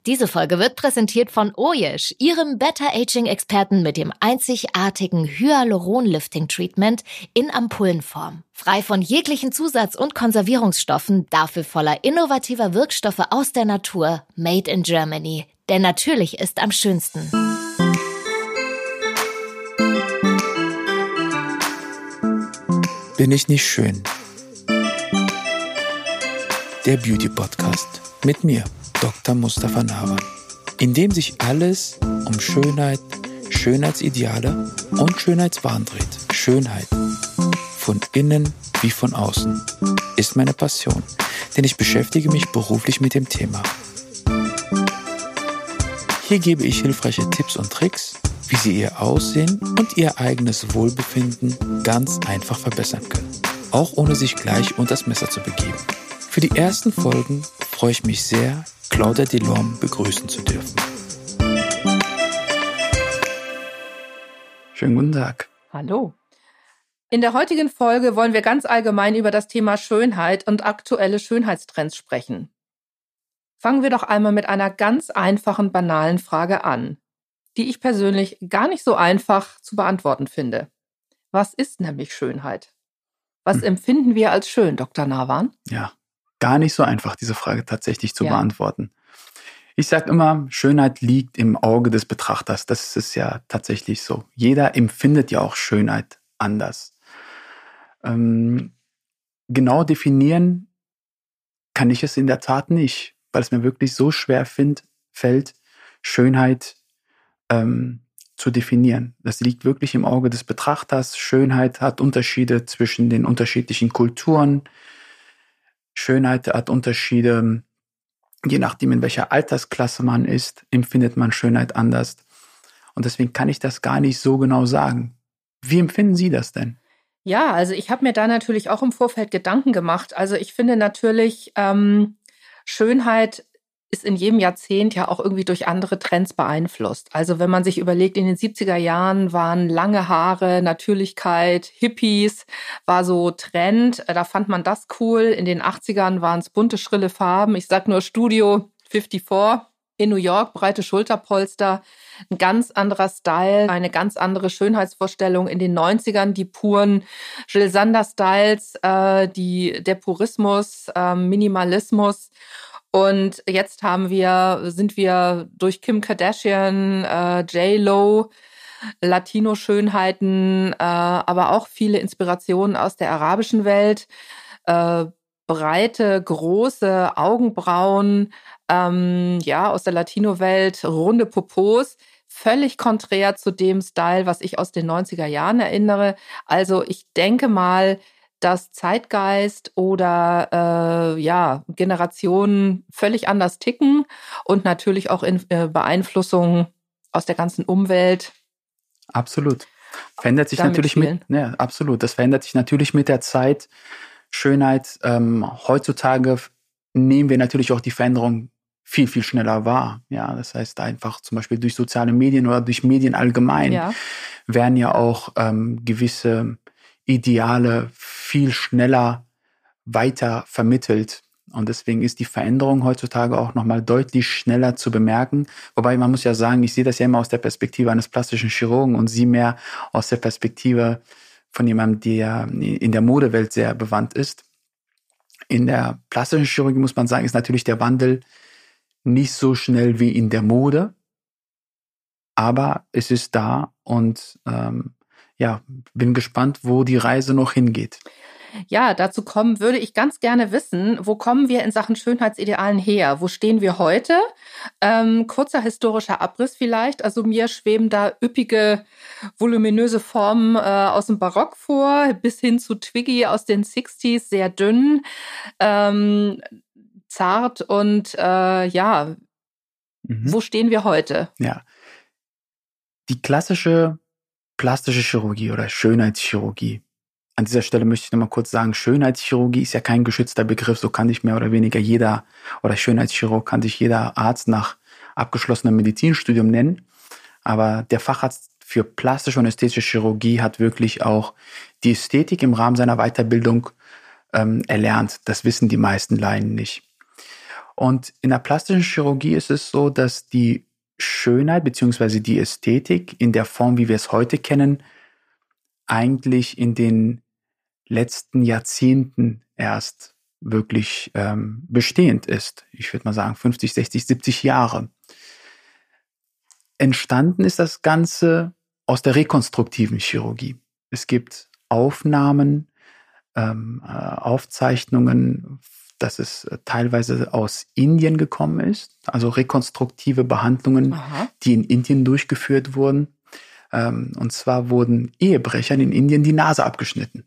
Diese Folge wird präsentiert von Oyesh, ihrem Better-Aging-Experten mit dem einzigartigen Hyaluron-Lifting-Treatment in Ampullenform. Frei von jeglichen Zusatz- und Konservierungsstoffen, dafür voller innovativer Wirkstoffe aus der Natur, made in Germany. Denn natürlich ist am schönsten. Bin ich nicht schön? Der Beauty-Podcast mit mir, Dr. Mustafa Nawan, in dem sich alles um Schönheit, Schönheitsideale und Schönheitswahn dreht. Schönheit, von innen wie von außen, ist meine Passion, denn ich beschäftige mich beruflich mit dem Thema. Hier gebe ich hilfreiche Tipps und Tricks, wie Sie Ihr Aussehen und Ihr eigenes Wohlbefinden ganz einfach verbessern können, auch ohne sich gleich unter das Messer zu begeben. Für die ersten Folgen freue ich mich sehr, Claudia Delorme begrüßen zu dürfen. Schönen guten Tag. Hallo. In der heutigen Folge wollen wir ganz allgemein über das Thema Schönheit und aktuelle Schönheitstrends sprechen. Fangen wir doch einmal mit einer ganz einfachen, banalen Frage an, die ich persönlich gar nicht so einfach zu beantworten finde. Was ist nämlich Schönheit? Was empfinden wir als schön, Dr. Nawan? Ja, gar nicht so einfach, diese Frage tatsächlich zu beantworten. Ich sage immer, Schönheit liegt im Auge des Betrachters. Das ist ja tatsächlich so. Jeder empfindet ja auch Schönheit anders. Genau definieren kann ich es in der Tat nicht, weil es mir wirklich so schwer fällt, Schönheit zu definieren. Das liegt wirklich im Auge des Betrachters. Schönheit hat Unterschiede zwischen den unterschiedlichen Kulturen. Schönheit hat Unterschiede, je nachdem, in welcher Altersklasse man ist, empfindet man Schönheit anders. Und deswegen kann ich das gar nicht so genau sagen. Wie empfinden Sie das denn? Ja, also ich habe mir da natürlich auch im Vorfeld Gedanken gemacht. Also ich finde natürlich, Schönheit ist in jedem Jahrzehnt ja auch irgendwie durch andere Trends beeinflusst. Also wenn man sich überlegt, in den 70er Jahren waren lange Haare, Natürlichkeit, Hippies, war so Trend. Da fand man das cool. In den 80ern waren es bunte, schrille Farben. Ich sag nur Studio 54 in New York, breite Schulterpolster, ein ganz anderer Style, eine ganz andere Schönheitsvorstellung. In den 90ern die puren Jill Sander-Styles, der Purismus, Minimalismus. Und jetzt sind wir durch Kim Kardashian, J.Lo, Latino-Schönheiten, aber auch viele Inspirationen aus der arabischen Welt, breite, große Augenbrauen, aus der Latino-Welt, runde Popos, völlig konträr zu dem Style, was ich aus den 90er Jahren erinnere. Also ich denke mal, dass Zeitgeist oder Generationen völlig anders ticken und natürlich auch in Beeinflussung aus der ganzen Umwelt. Absolut. Verändert sich natürlich absolut. Das verändert sich natürlich mit der Zeit. Schönheit, heutzutage nehmen wir natürlich auch die Veränderung viel, viel schneller wahr. Ja, das heißt einfach zum Beispiel durch soziale Medien oder durch Medien allgemein werden ja auch gewisse Ideale viel schneller weiter vermittelt. Und deswegen ist die Veränderung heutzutage auch nochmal deutlich schneller zu bemerken. Wobei man muss ja sagen, ich sehe das ja immer aus der Perspektive eines plastischen Chirurgen und Sie mehr aus der Perspektive von jemandem, der in der Modewelt sehr bewandt ist. In der plastischen Chirurgie muss man sagen, ist natürlich der Wandel nicht so schnell wie in der Mode. Aber es ist da und bin gespannt, wo die Reise noch hingeht. Ja, dazu würde ich ganz gerne wissen, wo kommen wir in Sachen Schönheitsidealen her? Wo stehen wir heute? Kurzer historischer Abriss vielleicht. Also mir schweben da üppige, voluminöse Formen aus dem Barock vor, bis hin zu Twiggy aus den 60s, sehr dünn, zart und wo stehen wir heute? Ja, die klassische plastische Chirurgie oder Schönheitschirurgie. An dieser Stelle möchte ich nochmal kurz sagen, Schönheitschirurgie ist ja kein geschützter Begriff, so kann sich mehr oder weniger jeder, oder Schönheitschirurg kann sich jeder Arzt nach abgeschlossenem Medizinstudium nennen. Aber der Facharzt für plastische und ästhetische Chirurgie hat wirklich auch die Ästhetik im Rahmen seiner Weiterbildung erlernt. Das wissen die meisten Laien nicht. Und in der plastischen Chirurgie ist es so, dass die Schönheit bzw. die Ästhetik in der Form, wie wir es heute kennen, eigentlich in den letzten Jahrzehnten erst wirklich bestehend ist. Ich würde mal sagen 50, 60, 70 Jahre. Entstanden ist das Ganze aus der rekonstruktiven Chirurgie. Es gibt Aufnahmen, Aufzeichnungen, dass es teilweise aus Indien gekommen ist, also rekonstruktive Behandlungen, die in Indien durchgeführt wurden. Und zwar wurden Ehebrechern in Indien die Nase abgeschnitten.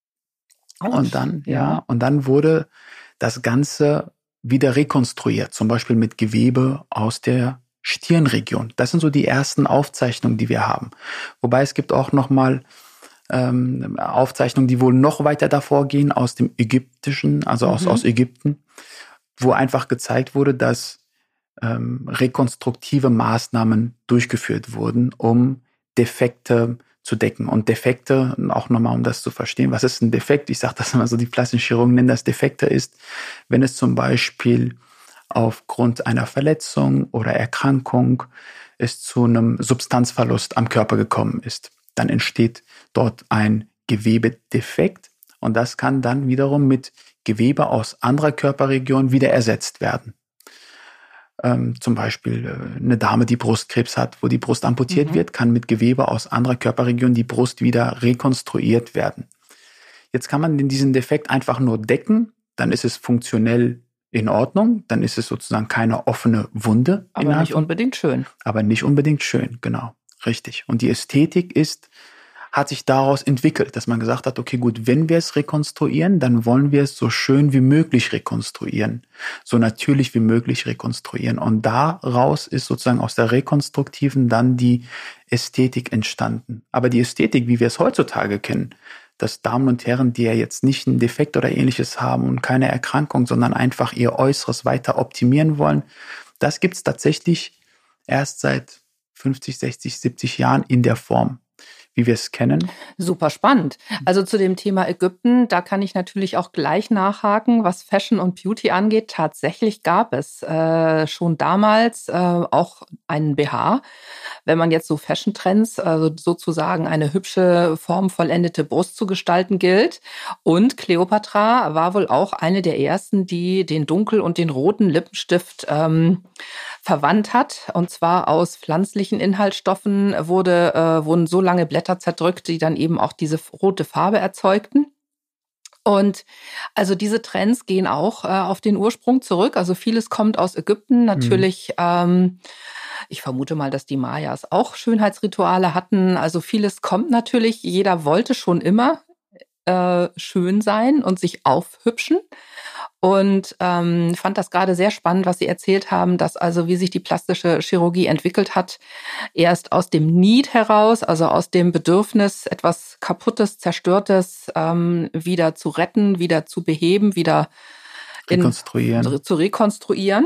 Und dann wurde das Ganze wieder rekonstruiert, zum Beispiel mit Gewebe aus der Stirnregion. Das sind so die ersten Aufzeichnungen, die wir haben. Wobei es gibt auch nochmal Aufzeichnungen, die wohl noch weiter davor gehen, aus dem Ägyptischen, also aus Ägypten, wo einfach gezeigt wurde, dass rekonstruktive Maßnahmen durchgeführt wurden, um Defekte zu decken. Und Defekte, auch nochmal, um das zu verstehen, was ist ein Defekt? Ich sage das immer so, die plastischen Chirurgen nennen das Defekte, ist, wenn es zum Beispiel aufgrund einer Verletzung oder Erkrankung es zu einem Substanzverlust am Körper gekommen ist. Dann entsteht dort ein Gewebedefekt und das kann dann wiederum mit Gewebe aus anderer Körperregion wieder ersetzt werden. Zum Beispiel eine Dame, die Brustkrebs hat, wo die Brust amputiert wird, kann mit Gewebe aus anderer Körperregion die Brust wieder rekonstruiert werden. Jetzt kann man diesen Defekt einfach nur decken, dann ist es funktionell in Ordnung, dann ist es sozusagen keine offene Wunde. Aber nicht unbedingt schön. Aber nicht unbedingt schön, genau, richtig. Und die Ästhetik hat sich daraus entwickelt, dass man gesagt hat, okay, gut, wenn wir es rekonstruieren, dann wollen wir es so schön wie möglich rekonstruieren, so natürlich wie möglich rekonstruieren. Und daraus ist sozusagen aus der rekonstruktiven dann die Ästhetik entstanden. Aber die Ästhetik, wie wir es heutzutage kennen, dass Damen und Herren, die ja jetzt nicht einen Defekt oder ähnliches haben und keine Erkrankung, sondern einfach ihr Äußeres weiter optimieren wollen, das gibt es tatsächlich erst seit 50, 60, 70 Jahren in der Form, wie wir es kennen. Super spannend. Also zu dem Thema Ägypten, da kann ich natürlich auch gleich nachhaken, was Fashion und Beauty angeht. Tatsächlich gab es schon damals auch einen BH. Wenn man jetzt so Fashion-Trends, also sozusagen eine hübsche, formvollendete Brust zu gestalten gilt. Und Kleopatra war wohl auch eine der ersten, die den dunkel- und den roten Lippenstift verwandt hat. Und zwar aus pflanzlichen Inhaltsstoffen wurden so lange Blätter zerdrückt, die dann eben auch diese rote Farbe erzeugten. Und also diese Trends gehen auch auf den Ursprung zurück. Also vieles kommt aus Ägypten. Natürlich, ich vermute mal, dass die Mayas auch Schönheitsrituale hatten. Also vieles kommt natürlich. Jeder wollte schon immer schön sein und sich aufhübschen. Und fand das gerade sehr spannend, was Sie erzählt haben, dass also wie sich die plastische Chirurgie entwickelt hat, erst aus dem Need heraus, also aus dem Bedürfnis, etwas Kaputtes, Zerstörtes wieder zu retten, wieder zu beheben, wieder zu rekonstruieren.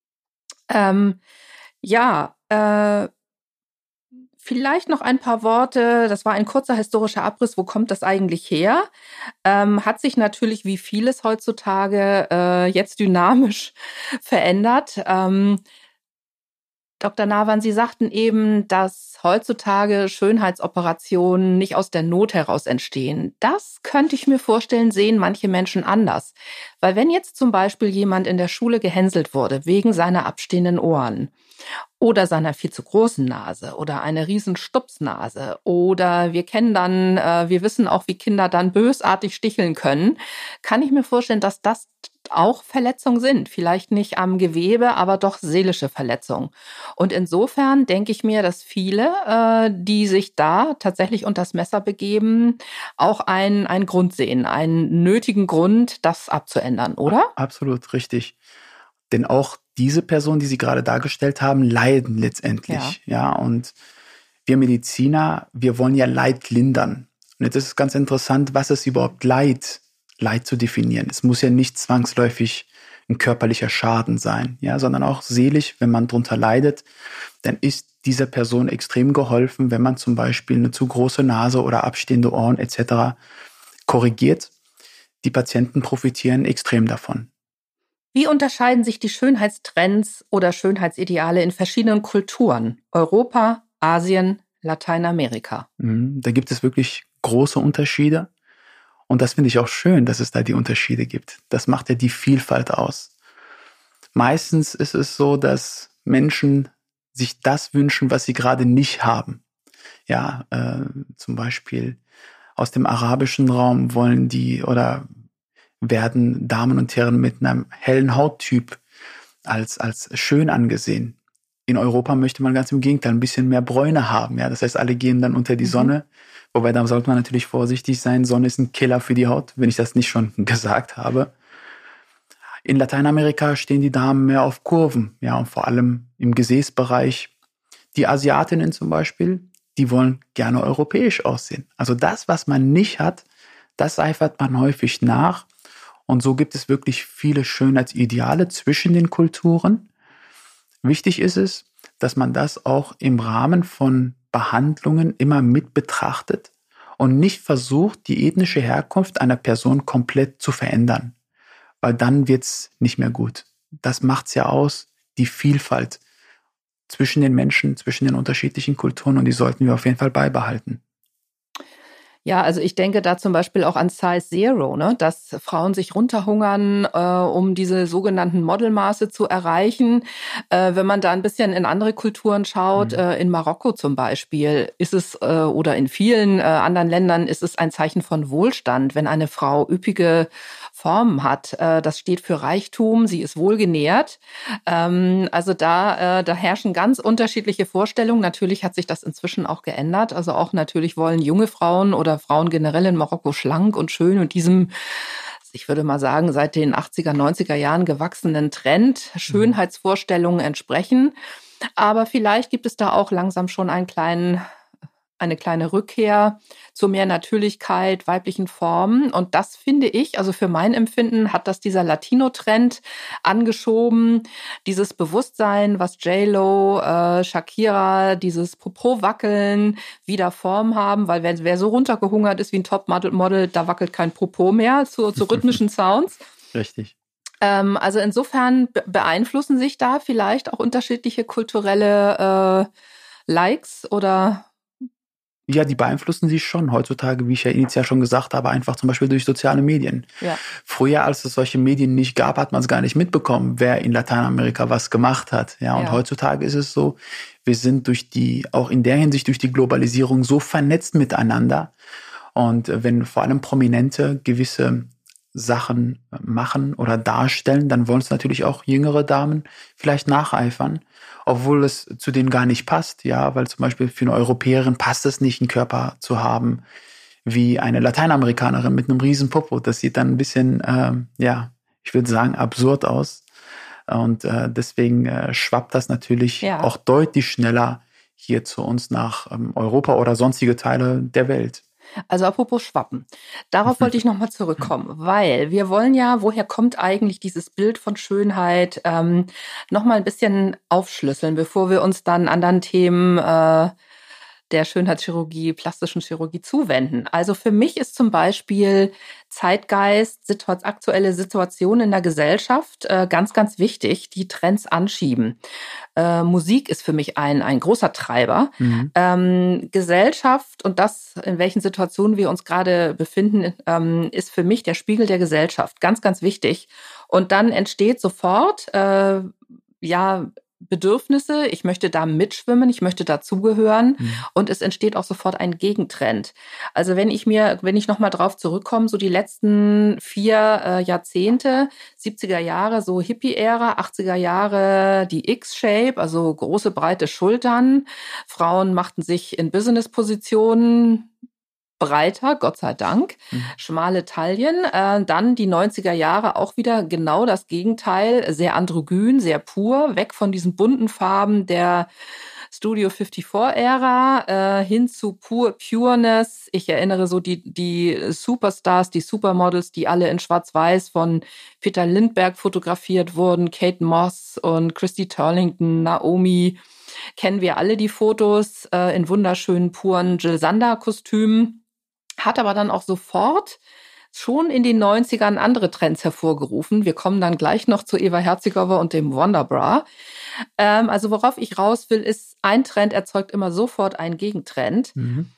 Vielleicht noch ein paar Worte, das war ein kurzer historischer Abriss, wo kommt das eigentlich her? Hat sich natürlich wie vieles heutzutage jetzt dynamisch verändert. Dr. Nawan, Sie sagten eben, dass heutzutage Schönheitsoperationen nicht aus der Not heraus entstehen. Das könnte ich mir vorstellen, sehen manche Menschen anders. Weil wenn jetzt zum Beispiel jemand in der Schule gehänselt wurde wegen seiner abstehenden Ohren oder seiner viel zu großen Nase oder eine riesen Stupsnase oder wir wissen auch, wie Kinder dann bösartig sticheln können, kann ich mir vorstellen, dass das auch Verletzungen sind. Vielleicht nicht am Gewebe, aber doch seelische Verletzungen. Und insofern denke ich mir, dass viele, die sich da tatsächlich unters Messer begeben, auch einen Grund sehen, einen nötigen Grund, das abzuändern, oder? Absolut, richtig. Denn auch diese Personen, die Sie gerade dargestellt haben, leiden letztendlich. Ja, und wir Mediziner, wir wollen ja Leid lindern. Und jetzt ist es ganz interessant, was ist überhaupt Leid zu definieren. Es muss ja nicht zwangsläufig ein körperlicher Schaden sein, ja, sondern auch seelisch, wenn man drunter leidet, dann ist dieser Person extrem geholfen, wenn man zum Beispiel eine zu große Nase oder abstehende Ohren etc. korrigiert. Die Patienten profitieren extrem davon. Wie unterscheiden sich die Schönheitstrends oder Schönheitsideale in verschiedenen Kulturen? Europa, Asien, Lateinamerika. Da gibt es wirklich große Unterschiede. Und das finde ich auch schön, dass es da die Unterschiede gibt. Das macht ja die Vielfalt aus. Meistens ist es so, dass Menschen sich das wünschen, was sie gerade nicht haben. Ja, zum Beispiel aus dem arabischen Raum wollen die oder werden Damen und Herren mit einem hellen Hauttyp als schön angesehen. In Europa möchte man ganz im Gegenteil ein bisschen mehr Bräune haben. Ja, das heißt, alle gehen dann unter die Sonne. Wobei, da sollte man natürlich vorsichtig sein. Sonne ist ein Killer für die Haut, wenn ich das nicht schon gesagt habe. In Lateinamerika stehen die Damen mehr auf Kurven. Ja, und vor allem im Gesäßbereich. Die Asiatinnen zum Beispiel, die wollen gerne europäisch aussehen. Also das, was man nicht hat, das eifert man häufig nach. Und so gibt es wirklich viele Schönheitsideale zwischen den Kulturen. Wichtig ist es, dass man das auch im Rahmen von Behandlungen immer mit betrachtet und nicht versucht, die ethnische Herkunft einer Person komplett zu verändern, weil dann wird's nicht mehr gut. Das macht's ja aus, die Vielfalt zwischen den Menschen, zwischen den unterschiedlichen Kulturen, und die sollten wir auf jeden Fall beibehalten. Ja, also ich denke da zum Beispiel auch an Size Zero, ne? Dass Frauen sich runterhungern, um diese sogenannten Modelmaße zu erreichen. Wenn man da ein bisschen in andere Kulturen schaut, in Marokko zum Beispiel, ist es oder in vielen anderen Ländern ist es ein Zeichen von Wohlstand, wenn eine Frau üppige Formen hat. Das steht für Reichtum, sie ist wohlgenährt. Also da herrschen ganz unterschiedliche Vorstellungen. Natürlich hat sich das inzwischen auch geändert. Also auch natürlich wollen junge Frauen oder Frauen generell in Marokko schlank und schön und diesem, ich würde mal sagen, seit den 80er, 90er Jahren gewachsenen Trend, Schönheitsvorstellungen entsprechen. Aber vielleicht gibt es da auch langsam schon eine kleine Rückkehr zu mehr Natürlichkeit, weiblichen Formen. Und das finde ich, also für mein Empfinden, hat das dieser Latino-Trend angeschoben. Dieses Bewusstsein, was J.Lo, Shakira, dieses Popo-Wackeln wieder Form haben, weil wer so runtergehungert ist wie ein Top-Model, da wackelt kein Popo mehr zu rhythmischen Sounds. Richtig. Also insofern beeinflussen sich da vielleicht auch unterschiedliche kulturelle Likes oder... Ja, die beeinflussen sich schon heutzutage, wie ich ja initial schon gesagt habe, einfach zum Beispiel durch soziale Medien. Ja. Früher, als es solche Medien nicht gab, hat man es gar nicht mitbekommen, wer in Lateinamerika was gemacht hat. Ja, und heutzutage ist es so, wir sind auch in der Hinsicht durch die Globalisierung so vernetzt miteinander. Und wenn vor allem Prominente gewisse Sachen machen oder darstellen, dann wollen es natürlich auch jüngere Damen vielleicht nacheifern, obwohl es zu denen gar nicht passt, ja, weil zum Beispiel für eine Europäerin passt es nicht, einen Körper zu haben wie eine Lateinamerikanerin mit einem riesen Popo. Das sieht dann ein bisschen, ich würde sagen, absurd aus. Und deswegen schwappt das natürlich auch deutlich schneller hier zu uns nach Europa oder sonstige Teile der Welt. Also apropos Schwappen, darauf wollte ich nochmal zurückkommen, weil wir wollen ja, woher kommt eigentlich dieses Bild von Schönheit, nochmal ein bisschen aufschlüsseln, bevor wir uns dann anderen Themen der Schönheitschirurgie, plastischen Chirurgie zuwenden. Also für mich ist zum Beispiel Zeitgeist, aktuelle Situationen in der Gesellschaft ganz, ganz wichtig, die Trends anschieben. Musik ist für mich ein großer Treiber. Gesellschaft und das, in welchen Situationen wir uns gerade befinden, ist für mich der Spiegel der Gesellschaft. Ganz, ganz wichtig. Und dann entsteht sofort, Bedürfnisse, ich möchte da mitschwimmen, ich möchte dazugehören und es entsteht auch sofort ein Gegentrend. Also wenn ich nochmal drauf zurückkomme, so die letzten 4 Jahrzehnte, 70er Jahre, so Hippie-Ära, 80er Jahre die X-Shape, also große, breite Schultern. Frauen machten sich in Business-Positionen breiter, Gott sei Dank, schmale Taillen. Dann die 90er Jahre auch wieder genau das Gegenteil, sehr androgyn, sehr pur, weg von diesen bunten Farben der Studio 54-Ära hin zu Pureness. Ich erinnere so die Superstars, die Supermodels, die alle in Schwarz-Weiß von Peter Lindbergh fotografiert wurden, Kate Moss und Christy Turlington, Naomi, kennen wir alle die Fotos in wunderschönen, puren Jill Sander-Kostümen. Hat aber dann auch sofort schon in den 90ern andere Trends hervorgerufen. Wir kommen dann gleich noch zu Eva Herzigova und dem Wonderbra. Also worauf ich raus will, ist, ein Trend erzeugt immer sofort einen Gegentrend,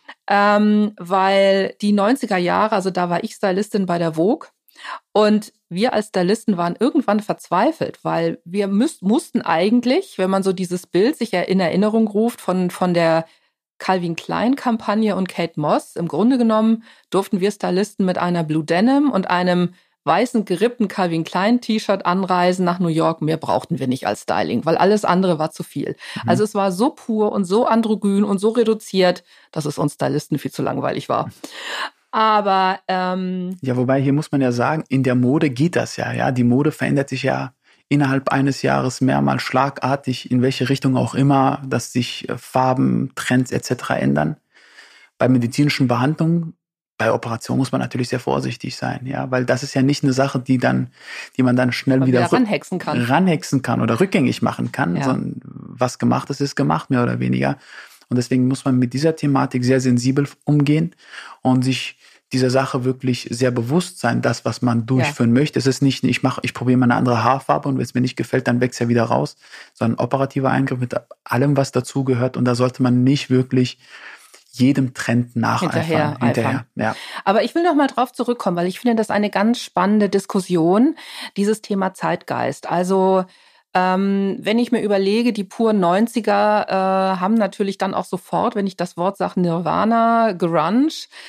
weil die 90er Jahre, also da war ich Stylistin bei der Vogue und wir als Stylisten waren irgendwann verzweifelt, weil wir mussten eigentlich, wenn man so dieses Bild sich in Erinnerung ruft von der Calvin Klein-Kampagne und Kate Moss, im Grunde genommen durften wir Stylisten mit einer Blue Denim und einem weißen gerippten Calvin Klein T-Shirt anreisen nach New York. Mehr brauchten wir nicht als Styling, weil alles andere war zu viel. Also es war so pur und so androgyn und so reduziert, dass es uns Stylisten viel zu langweilig war. Aber ja, wobei hier muss man ja sagen, in der Mode geht das ja. Die Mode verändert sich ja innerhalb eines Jahres mehrmals schlagartig, in welche Richtung auch immer, dass sich Farben, Trends etc. ändern. Bei medizinischen Behandlungen, bei Operationen muss man natürlich sehr vorsichtig sein, ja, weil das ist ja nicht eine Sache, die man dann schnell wieder ranhexen kann oder rückgängig machen kann, sondern was gemacht ist gemacht, mehr oder weniger. Und deswegen muss man mit dieser Thematik sehr sensibel umgehen und sich dieser Sache wirklich sehr bewusst sein, das, was man durchführen möchte. Es ist nicht, ich probiere mal eine andere Haarfarbe und wenn es mir nicht gefällt, dann wächst ja wieder raus, sondern operativer Eingriff mit allem, was dazugehört. Und da sollte man nicht wirklich jedem Trend nacheifern. Hinterher. Ja. Aber ich will noch mal drauf zurückkommen, weil ich finde, das eine ganz spannende Diskussion, dieses Thema Zeitgeist. Also wenn ich mir überlege, die puren 90er haben natürlich dann auch sofort, wenn ich das Wort sage, Nirvana, Grunge.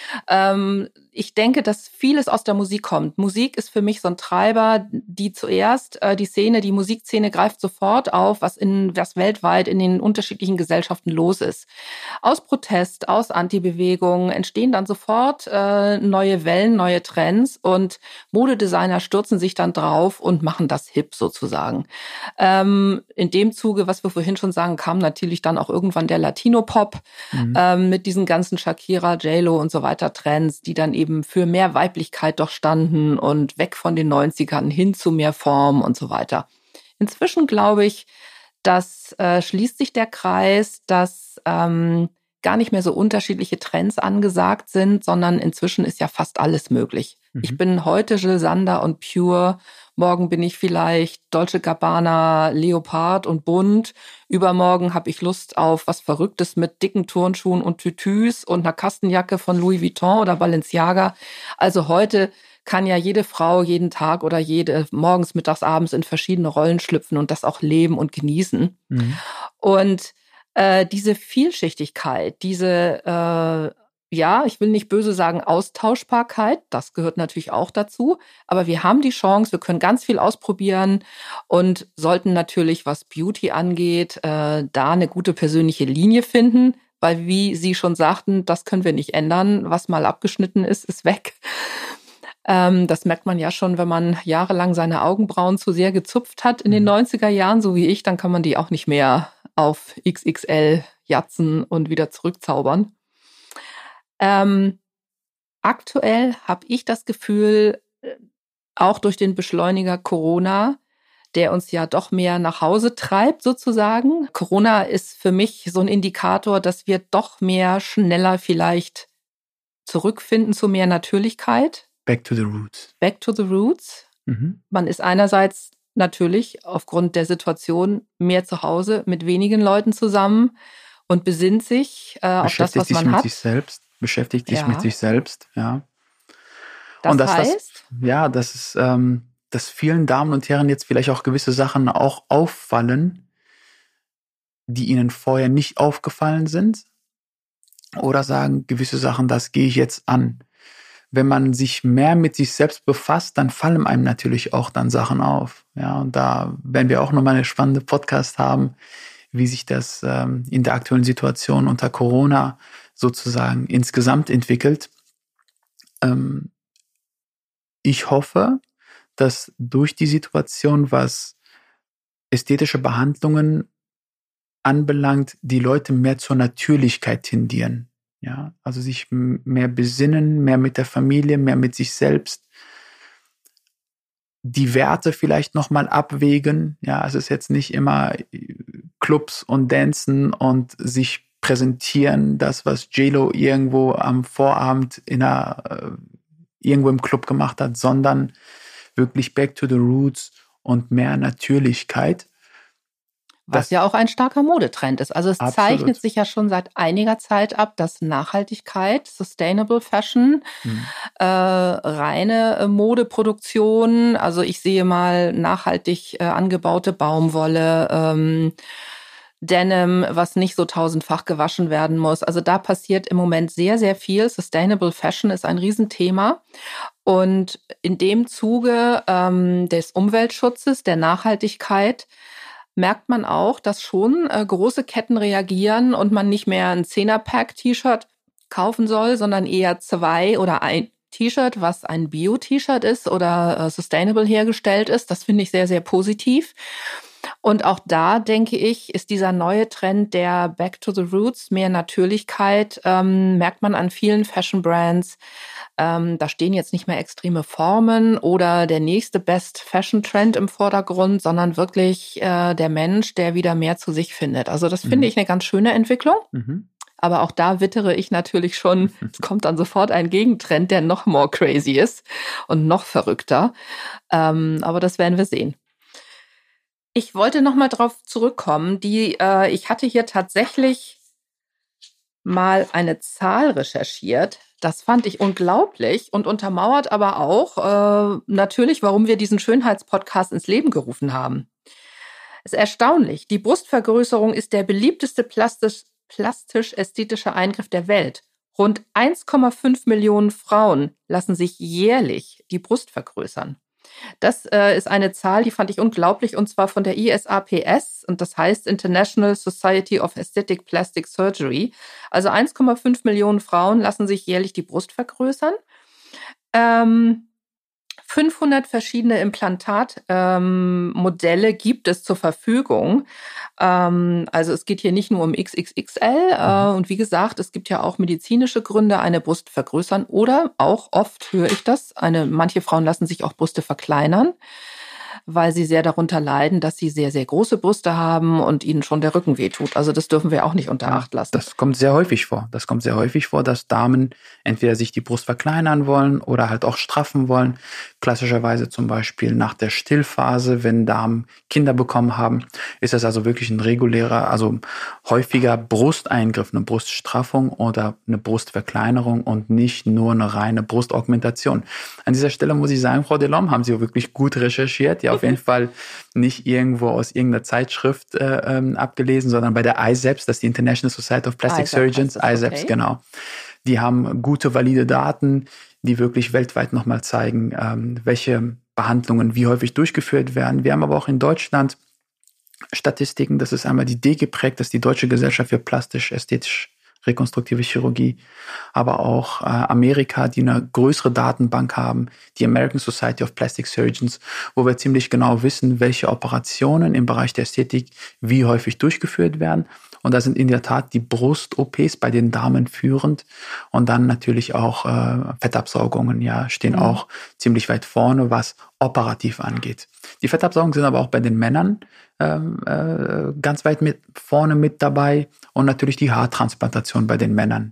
Ich denke, dass vieles aus der Musik kommt. Musik ist für mich so ein Treiber, die zuerst die Musikszene greift sofort auf, was weltweit in den unterschiedlichen Gesellschaften los ist. Aus Protest, aus Anti-Bewegung entstehen dann sofort neue Wellen, neue Trends und Modedesigner stürzen sich dann drauf und machen das hip sozusagen. In dem Zuge, was wir vorhin schon sagen, kam natürlich dann auch irgendwann der Latino-Pop mit diesen ganzen Shakira, J-Lo und so weiter Trends, die dann eben für mehr Weiblichkeit doch standen und weg von den 90ern hin zu mehr Form und so weiter. Inzwischen glaube ich, dass schließt sich der Kreis, dass gar nicht mehr so unterschiedliche Trends angesagt sind, sondern inzwischen ist ja fast alles möglich. Ich bin heute Jill Sander und Pure, morgen bin ich vielleicht Dolce Gabbana, Leopard und bunt, übermorgen habe ich Lust auf was Verrücktes mit dicken Turnschuhen und Tütüs und einer Kastenjacke von Louis Vuitton oder Balenciaga. Also heute kann ja jede Frau jeden Tag oder morgens, mittags, abends in verschiedene Rollen schlüpfen und das auch leben und genießen. Und diese Vielschichtigkeit, diese ich will nicht böse sagen, Austauschbarkeit, das gehört natürlich auch dazu. Aber wir haben die Chance, wir können ganz viel ausprobieren und sollten natürlich, was Beauty angeht, da eine gute persönliche Linie finden. Weil, wie Sie schon sagten, das können wir nicht ändern. Was mal abgeschnitten ist, ist weg. Das merkt man ja schon, wenn man jahrelang seine Augenbrauen zu sehr gezupft hat in den 90er Jahren, so wie ich, dann kann man die auch nicht mehr auf XXL jatzen und wieder zurückzaubern. Aktuell habe ich das Gefühl, auch durch den Beschleuniger Corona, der uns ja doch mehr nach Hause treibt sozusagen. Corona ist für mich so ein Indikator, dass wir doch mehr schneller vielleicht zurückfinden zu mehr Natürlichkeit. Back to the roots. Back to the roots. Man ist einerseits natürlich aufgrund der Situation mehr zu Hause mit wenigen Leuten zusammen und besinnt sich auf das, was man hat. Beschäftigt sich mit sich selbst, ja. Und das heißt? Das ist, dass vielen Damen und Herren jetzt vielleicht auch gewisse Sachen auch auffallen, die ihnen vorher nicht aufgefallen sind. Oder sagen gewisse Sachen, das gehe ich jetzt an. Wenn man sich mehr mit sich selbst befasst, dann fallen einem natürlich auch dann Sachen auf. Ja, und da werden wir auch nochmal eine spannende Podcast haben, wie sich das in der aktuellen Situation unter Corona sozusagen insgesamt entwickelt. Ich hoffe, dass durch die Situation, was ästhetische Behandlungen anbelangt, die Leute mehr zur Natürlichkeit tendieren. Ja, also sich mehr besinnen, mehr mit der Familie, mehr mit sich selbst. Die Werte vielleicht nochmal abwägen. Ja, es ist jetzt nicht immer Clubs und Dancen und sich präsentieren, das, was J-Lo irgendwo am Vorabend in einer irgendwo im Club gemacht hat, sondern wirklich back to the roots und mehr Natürlichkeit. Was ja auch ein starker Modetrend ist. Also es Absolut. zeichnet sich ja schon seit einiger Zeit ab, dass Nachhaltigkeit, Sustainable Fashion, reine Modeproduktion, also ich sehe mal nachhaltig angebaute Baumwolle, Denim, was nicht so tausendfach gewaschen werden muss. Also da passiert im Moment sehr, sehr viel. Sustainable Fashion ist ein Riesenthema. Und in dem Zuge des Umweltschutzes, der Nachhaltigkeit, merkt man auch, dass schon große Ketten reagieren und man nicht mehr ein 10er-Pack-T-Shirt kaufen soll, sondern eher 2 oder ein T-Shirt, was ein Bio-T-Shirt ist oder sustainable hergestellt ist. Das finde ich sehr, sehr positiv. Und auch da, denke ich, ist dieser neue Trend der Back to the Roots, mehr Natürlichkeit, merkt man an vielen Fashion-Brands. Da stehen jetzt nicht mehr extreme Formen oder der nächste Best-Fashion-Trend im Vordergrund, sondern wirklich der Mensch, der wieder mehr zu sich findet. Also das finde ich eine ganz schöne Entwicklung. Aber auch da wittere ich natürlich schon, es kommt dann sofort ein Gegentrend, der noch more crazy ist und noch verrückter. Aber das werden wir sehen. Ich wollte noch mal drauf zurückkommen. Ich hatte hier tatsächlich mal eine Zahl recherchiert. Das fand ich unglaublich und untermauert aber auch natürlich, warum wir diesen Schönheitspodcast ins Leben gerufen haben. Es ist erstaunlich. Die Brustvergrößerung ist der beliebteste plastisch-ästhetische Eingriff der Welt. Rund 1,5 Millionen Frauen lassen sich jährlich die Brust vergrößern. Das ist eine Zahl, die fand ich unglaublich, und zwar von der ISAPS, und das heißt International Society of Aesthetic Plastic Surgery. Also 1,5 Millionen Frauen lassen sich jährlich die Brust vergrößern. 500 verschiedene Implantatmodelle gibt es zur Verfügung. Also es geht hier nicht nur um XXXL. Und wie gesagt, es gibt ja auch medizinische Gründe, eine Brust vergrößern, oder auch oft höre ich das, manche Frauen lassen sich auch Brüste verkleinern, weil sie sehr darunter leiden, dass sie sehr, sehr große Brüste haben und ihnen schon der Rücken wehtut. Also das dürfen wir auch nicht unter Acht lassen. Das kommt sehr häufig vor. Dass Damen entweder sich die Brust verkleinern wollen oder halt auch straffen wollen. Klassischerweise zum Beispiel nach der Stillphase, wenn Damen Kinder bekommen haben, ist das also wirklich ein regulärer, also häufiger Brusteingriff, eine Bruststraffung oder eine Brustverkleinerung und nicht nur eine reine Brustaugmentation. An dieser Stelle muss ich sagen, Frau Delhomme, haben Sie wirklich gut recherchiert. Ja, auf jeden Fall nicht irgendwo aus irgendeiner Zeitschrift abgelesen, sondern bei der ISAPS, das ist die International Society of Plastic Surgeons, ISAPS, okay. Genau. Die haben gute, valide Daten, die wirklich weltweit nochmal zeigen, welche Behandlungen wie häufig durchgeführt werden. Wir haben aber auch in Deutschland Statistiken, das ist einmal die D geprägt, das ist die Deutsche Gesellschaft für plastisch-ästhetisch rekonstruktive Chirurgie, aber auch Amerika, die eine größere Datenbank haben, die American Society of Plastic Surgeons, wo wir ziemlich genau wissen, welche Operationen im Bereich der Ästhetik wie häufig durchgeführt werden. Und da sind in der Tat die Brust-OPs bei den Damen führend. Und dann natürlich auch Fettabsaugungen, ja, stehen auch ziemlich weit vorne, was operativ angeht. Die Fettabsaugungen sind aber auch bei den Männern ganz weit vorne mit dabei, und natürlich die Haartransplantation bei den Männern.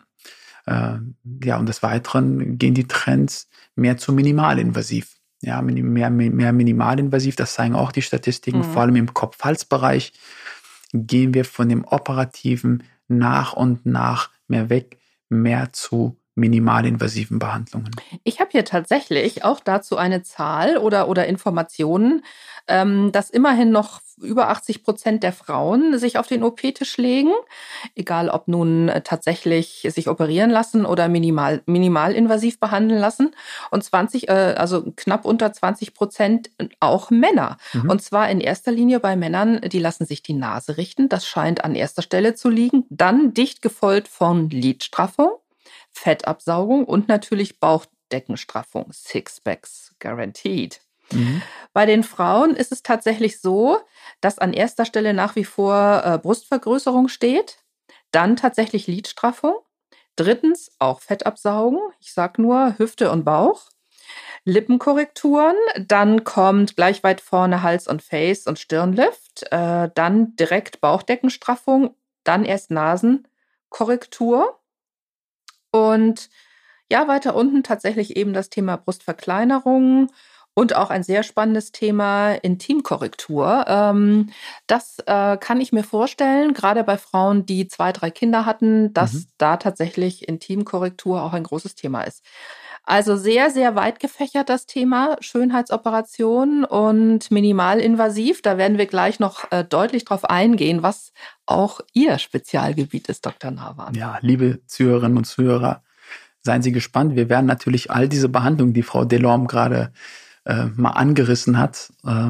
Ja, und des Weiteren gehen die Trends mehr zu minimalinvasiv. Ja, mehr minimalinvasiv, das zeigen auch die Statistiken, vor allem im Kopf-Hals-Bereich gehen wir von dem Operativen nach und nach mehr weg, mehr zu minimalinvasiven Behandlungen. Ich habe hier tatsächlich auch dazu eine Zahl oder Informationen, dass immerhin noch über 80% der Frauen sich auf den OP-Tisch legen, egal ob nun tatsächlich sich operieren lassen oder minimalinvasiv behandeln lassen, und also knapp unter 20% auch Männer. Und zwar in erster Linie bei Männern, die lassen sich die Nase richten, das scheint an erster Stelle zu liegen, dann dicht gefolgt von Lidstraffung, Fettabsaugung und natürlich Bauchdeckenstraffung, Sixpacks guaranteed. Bei den Frauen ist es tatsächlich so, dass an erster Stelle nach wie vor Brustvergrößerung steht, dann tatsächlich Lidstraffung, drittens auch Fettabsaugen, ich sag nur Hüfte und Bauch, Lippenkorrekturen, dann kommt gleich weit vorne Hals und Face und Stirnlift, dann direkt Bauchdeckenstraffung, dann erst Nasenkorrektur. Und Ja, weiter unten tatsächlich eben das Thema Brustverkleinerung und auch ein sehr spannendes Thema Intimkorrektur. Das kann ich mir vorstellen, gerade bei Frauen, die 2, 3 Kinder hatten, dass da tatsächlich Intimkorrektur auch ein großes Thema ist. Also sehr, sehr weit gefächert das Thema Schönheitsoperation und minimalinvasiv. Da werden wir gleich noch deutlich drauf eingehen, was auch Ihr Spezialgebiet ist, Dr. Nawan. Ja, liebe Zuhörerinnen und Zuhörer, seien Sie gespannt. Wir werden natürlich all diese Behandlungen, die Frau Delorme gerade mal angerissen hat,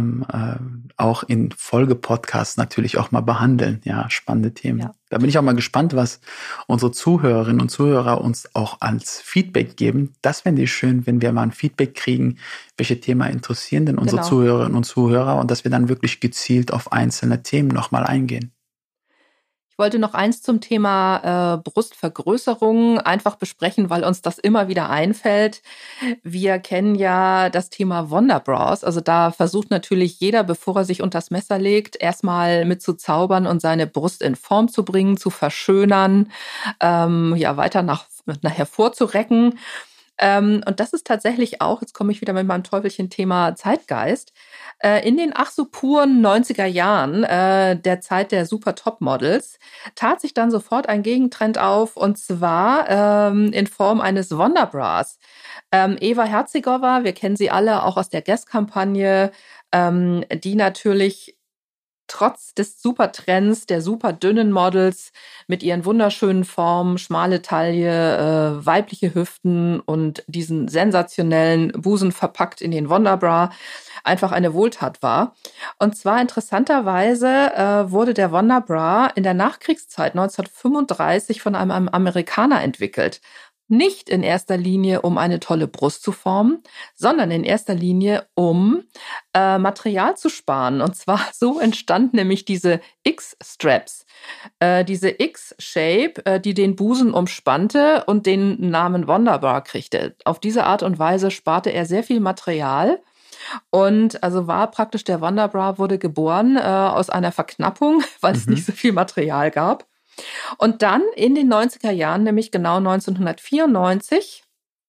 auch in Folgepodcasts natürlich auch mal behandeln. Ja, spannende Themen. Ja. Da bin ich auch mal gespannt, was unsere Zuhörerinnen und Zuhörer uns auch als Feedback geben. Das fände ich schön, wenn wir mal ein Feedback kriegen, welche Themen interessieren denn unsere Zuhörerinnen und Zuhörer und dass wir dann wirklich gezielt auf einzelne Themen nochmal eingehen. Ich wollte noch eins zum Thema Brustvergrößerung einfach besprechen, weil uns das immer wieder einfällt. Wir kennen ja das Thema Wonderbras. Also da versucht natürlich jeder, bevor er sich unters Messer legt, erstmal mitzuzaubern und seine Brust in Form zu bringen, zu verschönern, weiter hervorzurecken. Und das ist tatsächlich auch, jetzt komme ich wieder mit meinem Teufelchen-Thema Zeitgeist, in den ach so puren 90er Jahren, der Zeit der Super-Top-Models, tat sich dann sofort ein Gegentrend auf, und zwar in Form eines Wonderbras. Eva Herzigová, wir kennen sie alle auch aus der Guess-Kampagne, die natürlich trotz des Supertrends der super dünnen Models mit ihren wunderschönen Formen, schmale Taille, weibliche Hüften und diesen sensationellen Busen verpackt in den Wonderbra einfach eine Wohltat war. Und zwar interessanterweise wurde der Wonderbra in der Nachkriegszeit 1935 von einem Amerikaner entwickelt. Nicht in erster Linie, um eine tolle Brust zu formen, sondern in erster Linie, um Material zu sparen. Und zwar so entstand nämlich diese X-Straps, diese X-Shape, die den Busen umspannte und den Namen Wonderbra kriegte. Auf diese Art und Weise sparte er sehr viel Material. Und also war praktisch der Wonderbra wurde geboren aus einer Verknappung, weil es nicht so viel Material gab. Und dann in den 90er Jahren, nämlich genau 1994,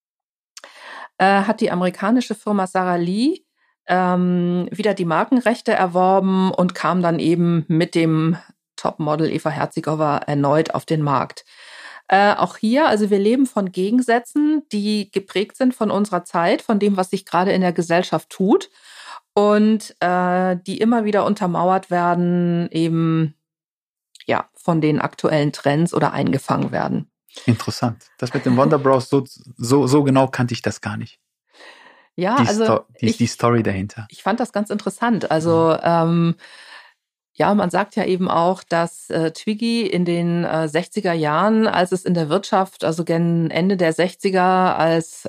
hat die amerikanische Firma Sara Lee wieder die Markenrechte erworben und kam dann eben mit dem Topmodel Eva Herzigová erneut auf den Markt. Auch hier, also wir leben von Gegensätzen, die geprägt sind von unserer Zeit, von dem, was sich gerade in der Gesellschaft tut und die immer wieder untermauert werden, eben von den aktuellen Trends oder eingefangen werden. Interessant. Das mit dem Wonderbras, so genau kannte ich das gar nicht. Ja, die Story dahinter. Ich fand das ganz interessant. Also man sagt ja eben auch, dass Twiggy in den 60er Jahren, als es in der Wirtschaft, also gen Ende der 60er, als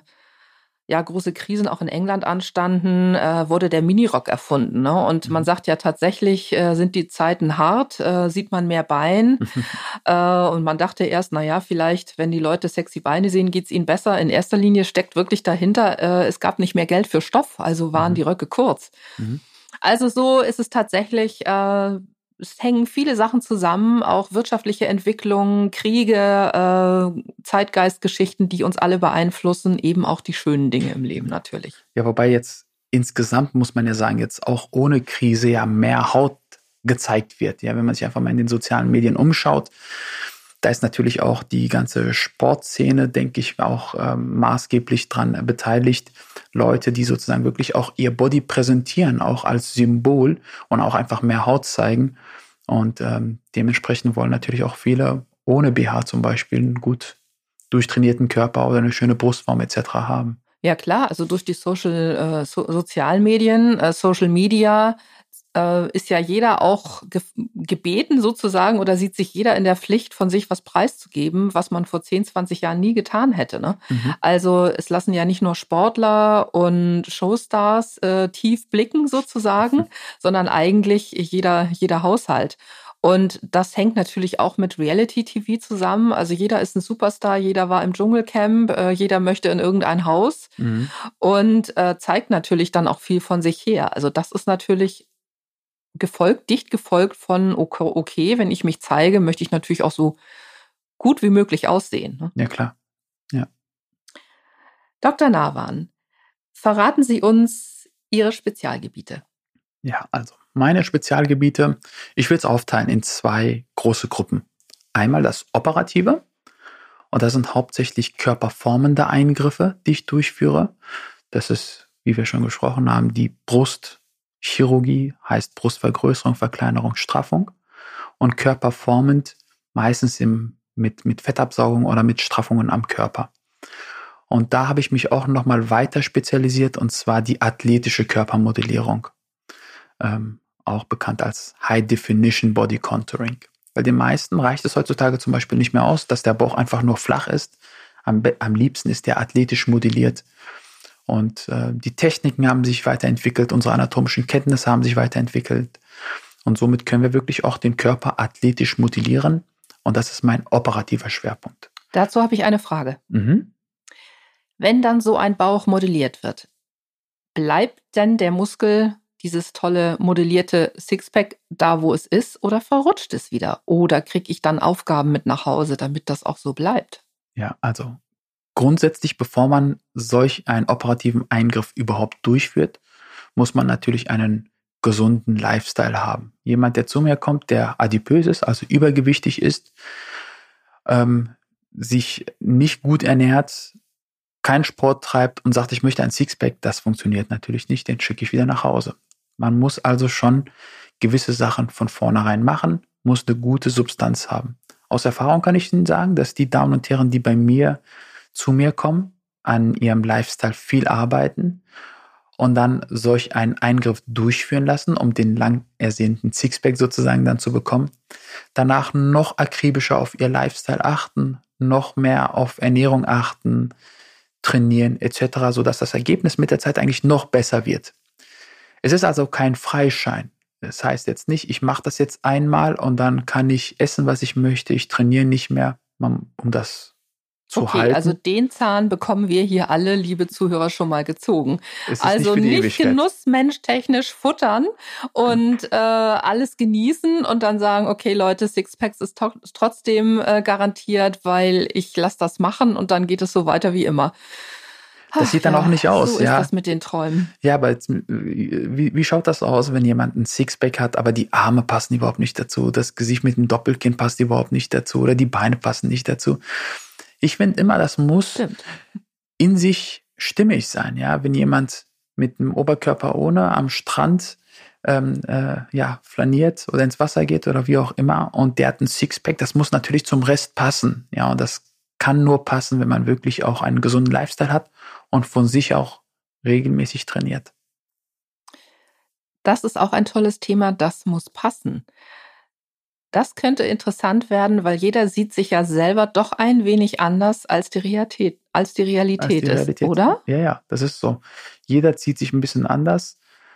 große Krisen auch in England anstanden, wurde der Minirock erfunden. Ne? Und man sagt ja tatsächlich, sind die Zeiten hart, sieht man mehr Bein. Und man dachte erst, vielleicht, wenn die Leute sexy Beine sehen, geht's ihnen besser. In erster Linie steckt wirklich dahinter, es gab nicht mehr Geld für Stoff, also waren die Röcke kurz. Also so ist es tatsächlich, es hängen viele Sachen zusammen, auch wirtschaftliche Entwicklungen, Kriege, Zeitgeistgeschichten, die uns alle beeinflussen, eben auch die schönen Dinge im Leben natürlich. Ja, wobei jetzt insgesamt, muss man ja sagen, jetzt auch ohne Krise ja mehr Haut gezeigt wird. Ja, wenn man sich einfach mal in den sozialen Medien umschaut, da ist natürlich auch die ganze Sportszene, denke ich, auch maßgeblich dran beteiligt. Leute, die sozusagen wirklich auch ihr Body präsentieren, auch als Symbol und auch einfach mehr Haut zeigen. Und dementsprechend wollen natürlich auch viele ohne BH zum Beispiel einen gut durchtrainierten Körper oder eine schöne Brustform etc. haben. Ja klar, also durch die Sozialmedien, Social Media, ist ja jeder auch gebeten sozusagen oder sieht sich jeder in der Pflicht, von sich was preiszugeben, was man vor 10, 20 Jahren nie getan hätte. Ne? Also es lassen ja nicht nur Sportler und Showstars tief blicken sozusagen, sondern eigentlich jeder Haushalt. Und das hängt natürlich auch mit Reality-TV zusammen. Also jeder ist ein Superstar, jeder war im Dschungelcamp, jeder möchte in irgendein Haus und zeigt natürlich dann auch viel von sich her. Also das ist natürlich dicht gefolgt von, okay, wenn ich mich zeige, möchte ich natürlich auch so gut wie möglich aussehen. Ne? Ja, klar. Ja. Dr. Nawan, verraten Sie uns Ihre Spezialgebiete. Ja, also meine Spezialgebiete, ich will es aufteilen in 2 große Gruppen. Einmal das Operative, und das sind hauptsächlich körperformende Eingriffe, die ich durchführe. Das ist, wie wir schon gesprochen haben, die Brustchirurgie, heißt Brustvergrößerung, Verkleinerung, Straffung. Und körperformend meistens mit Fettabsaugung oder mit Straffungen am Körper. Und da habe ich mich auch nochmal weiter spezialisiert, und zwar die athletische Körpermodellierung. Auch bekannt als High Definition Body Contouring. Bei den meisten reicht es heutzutage zum Beispiel nicht mehr aus, dass der Bauch einfach nur flach ist. Am liebsten ist der athletisch modelliert. Und die Techniken haben sich weiterentwickelt, unsere anatomischen Kenntnisse haben sich weiterentwickelt. Und somit können wir wirklich auch den Körper athletisch modellieren. Und das ist mein operativer Schwerpunkt. Dazu habe ich eine Frage. Wenn dann so ein Bauch modelliert wird, bleibt denn der Muskel, dieses tolle modellierte Sixpack, da wo es ist, oder verrutscht es wieder? Oder kriege ich dann Aufgaben mit nach Hause, damit das auch so bleibt? Ja, also grundsätzlich, bevor man solch einen operativen Eingriff überhaupt durchführt, muss man natürlich einen gesunden Lifestyle haben. Jemand, der zu mir kommt, der adipös ist, also übergewichtig ist, sich nicht gut ernährt, keinen Sport treibt und sagt, ich möchte ein Sixpack, das funktioniert natürlich nicht, den schicke ich wieder nach Hause. Man muss also schon gewisse Sachen von vornherein machen, muss eine gute Substanz haben. Aus Erfahrung kann ich Ihnen sagen, dass die Damen und Herren, die zu mir kommen, an ihrem Lifestyle viel arbeiten und dann solch einen Eingriff durchführen lassen, um den lang ersehnten Sixpack sozusagen dann zu bekommen. Danach noch akribischer auf ihr Lifestyle achten, noch mehr auf Ernährung achten, trainieren etc., sodass das Ergebnis mit der Zeit eigentlich noch besser wird. Es ist also kein Freischein. Das heißt jetzt nicht, ich mache das jetzt einmal und dann kann ich essen, was ich möchte, ich trainiere nicht mehr, um das zu halten. Also den Zahn bekommen wir hier alle, liebe Zuhörer, schon mal gezogen. Also nicht genussmenschtechnisch futtern und alles genießen und dann sagen, okay Leute, Sixpacks ist trotzdem garantiert, weil ich lasse das machen und dann geht es so weiter wie immer. Das sieht dann auch nicht aus. So ist das mit den Träumen. Ja, aber jetzt, wie schaut das aus, wenn jemand ein Sixpack hat, aber die Arme passen überhaupt nicht dazu, das Gesicht mit dem Doppelkinn passt überhaupt nicht dazu oder die Beine passen nicht dazu. Ich finde immer, das muss in sich stimmig sein. Ja, wenn jemand mit einem Oberkörper ohne am Strand flaniert oder ins Wasser geht oder wie auch immer und der hat ein Sixpack, das muss natürlich zum Rest passen. Ja, und das kann nur passen, wenn man wirklich auch einen gesunden Lifestyle hat und von sich auch regelmäßig trainiert. Das ist auch ein tolles Thema, das muss passen. Das könnte interessant werden, weil jeder sieht sich ja selber doch ein wenig anders, als die Realität ist, oder? Ja, das ist so. Jeder zieht sich ein bisschen anders.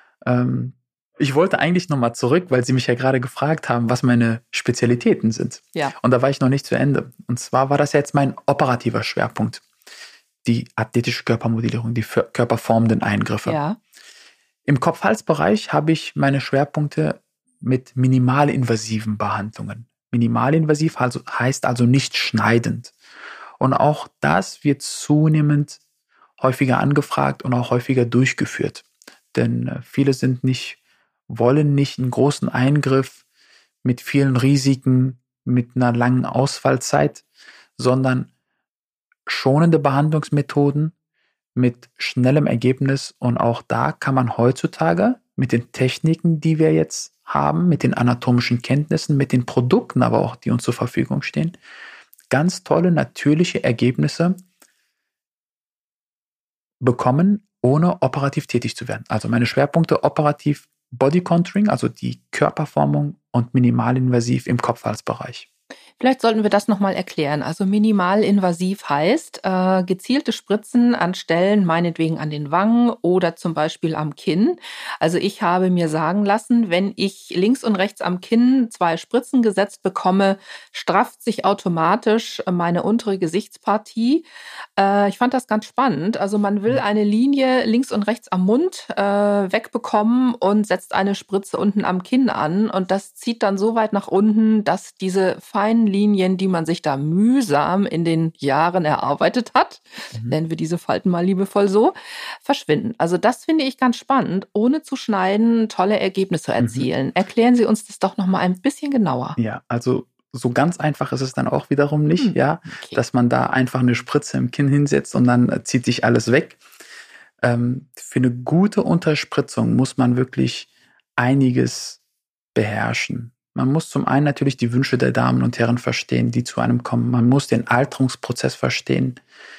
Ich wollte eigentlich nochmal zurück, weil Sie mich ja gerade gefragt haben, was meine Spezialitäten sind. Ja. Und da war ich noch nicht zu Ende. Und zwar war das jetzt mein operativer Schwerpunkt. Die athletische Körpermodellierung, die körperformenden Eingriffe. Ja. Im Kopf-Hals-Bereich habe ich meine Schwerpunkte mit minimalinvasiven Behandlungen. Minimalinvasiv heißt also nicht schneidend. Und auch das wird zunehmend häufiger angefragt und auch häufiger durchgeführt. Denn viele wollen nicht einen großen Eingriff mit vielen Risiken, mit einer langen Ausfallzeit, sondern schonende Behandlungsmethoden mit schnellem Ergebnis. Und auch da kann man heutzutage mit den Techniken, die wir jetzt haben, mit den anatomischen Kenntnissen, mit den Produkten aber auch, die uns zur Verfügung stehen, ganz tolle natürliche Ergebnisse bekommen, ohne operativ tätig zu werden. Also meine Schwerpunkte operativ Body Contouring, also die Körperformung und minimalinvasiv im Kopf-Hals-Bereich. Vielleicht sollten wir das nochmal erklären. Also minimalinvasiv heißt gezielte Spritzen an Stellen, meinetwegen an den Wangen oder zum Beispiel am Kinn. Also ich habe mir sagen lassen, wenn ich links und rechts am Kinn 2 Spritzen gesetzt bekomme, strafft sich automatisch meine untere Gesichtspartie. Ich fand das ganz spannend. Also man will eine Linie links und rechts am Mund wegbekommen und setzt eine Spritze unten am Kinn an. Und das zieht dann so weit nach unten, dass diese feinen tollen Linien, die man sich da mühsam in den Jahren erarbeitet hat, nennen wir diese Falten mal liebevoll so, verschwinden. Also das finde ich ganz spannend, ohne zu schneiden, tolle Ergebnisse erzielen. Erklären Sie uns das doch noch mal ein bisschen genauer. Ja, also so ganz einfach ist es dann auch wiederum nicht, okay. Dass man da einfach eine Spritze im Kinn hinsetzt und dann zieht sich alles weg. Für eine gute Unterspritzung muss man wirklich einiges beherrschen. Man muss zum einen natürlich die Wünsche der Damen und Herren verstehen, die zu einem kommen. Man muss den Alterungsprozess verstehen.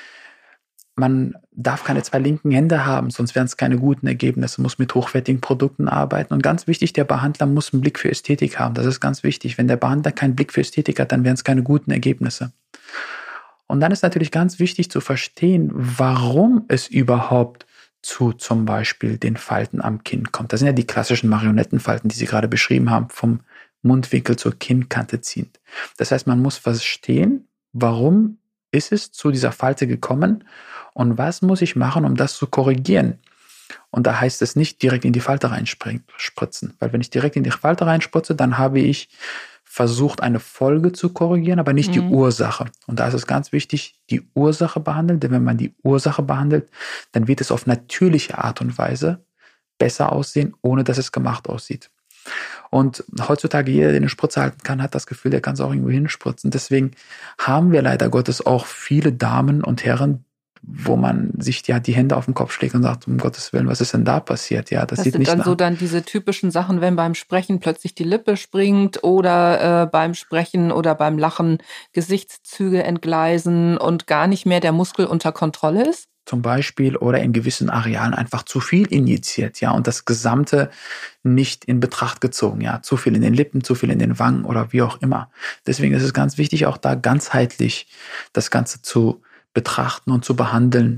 Man darf keine 2 linken Hände haben, sonst wären es keine guten Ergebnisse. Man muss mit hochwertigen Produkten arbeiten. Und ganz wichtig, der Behandler muss einen Blick für Ästhetik haben. Das ist ganz wichtig. Wenn der Behandler keinen Blick für Ästhetik hat, dann wären es keine guten Ergebnisse. Und dann ist natürlich ganz wichtig zu verstehen, warum es überhaupt zu zum Beispiel den Falten am Kinn kommt. Das sind ja die klassischen Marionettenfalten, die Sie gerade beschrieben haben, vom Mundwinkel zur Kinnkante ziehend. Das heißt, man muss verstehen, warum ist es zu dieser Falte gekommen und was muss ich machen, um das zu korrigieren. Und da heißt es nicht direkt in die Falte reinspritzen, weil wenn ich direkt in die Falte reinspritze, dann habe ich versucht, eine Folge zu korrigieren, aber nicht die Ursache. Und da ist es ganz wichtig, die Ursache behandeln, denn wenn man die Ursache behandelt, dann wird es auf natürliche Art und Weise besser aussehen, ohne dass es gemacht aussieht. Und heutzutage jeder, der eine Spritze halten kann, hat das Gefühl, der kann es auch irgendwo hinspritzen. Deswegen haben wir leider Gottes auch viele Damen und Herren, wo man sich die Hände auf den Kopf schlägt und sagt, um Gottes Willen, was ist denn da passiert? Ja, das sieht nicht dann so dann diese typischen Sachen, wenn beim Sprechen plötzlich die Lippe springt oder beim Sprechen oder beim Lachen Gesichtszüge entgleisen und gar nicht mehr der Muskel unter Kontrolle ist? Zum Beispiel oder in gewissen Arealen einfach zu viel injiziert, ja, und das Gesamte nicht in Betracht gezogen, ja, zu viel in den Lippen, zu viel in den Wangen oder wie auch immer. Deswegen ist es ganz wichtig, auch da ganzheitlich das Ganze zu betrachten und zu behandeln,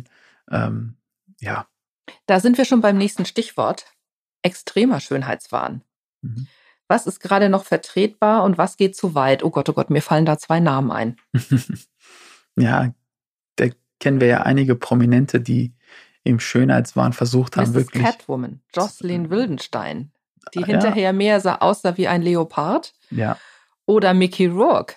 ja. Da sind wir schon beim nächsten Stichwort, extremer Schönheitswahn. Was ist gerade noch vertretbar und was geht zu weit? Oh Gott, mir fallen da 2 Namen ein. Ja, da kennen wir ja einige Prominente, die im Schönheitswahn versucht haben, wirklich. Catwoman, Jocelyn Wildenstein, die hinterher mehr aussah wie ein Leopard. Ja. Oder Mickey Rourke.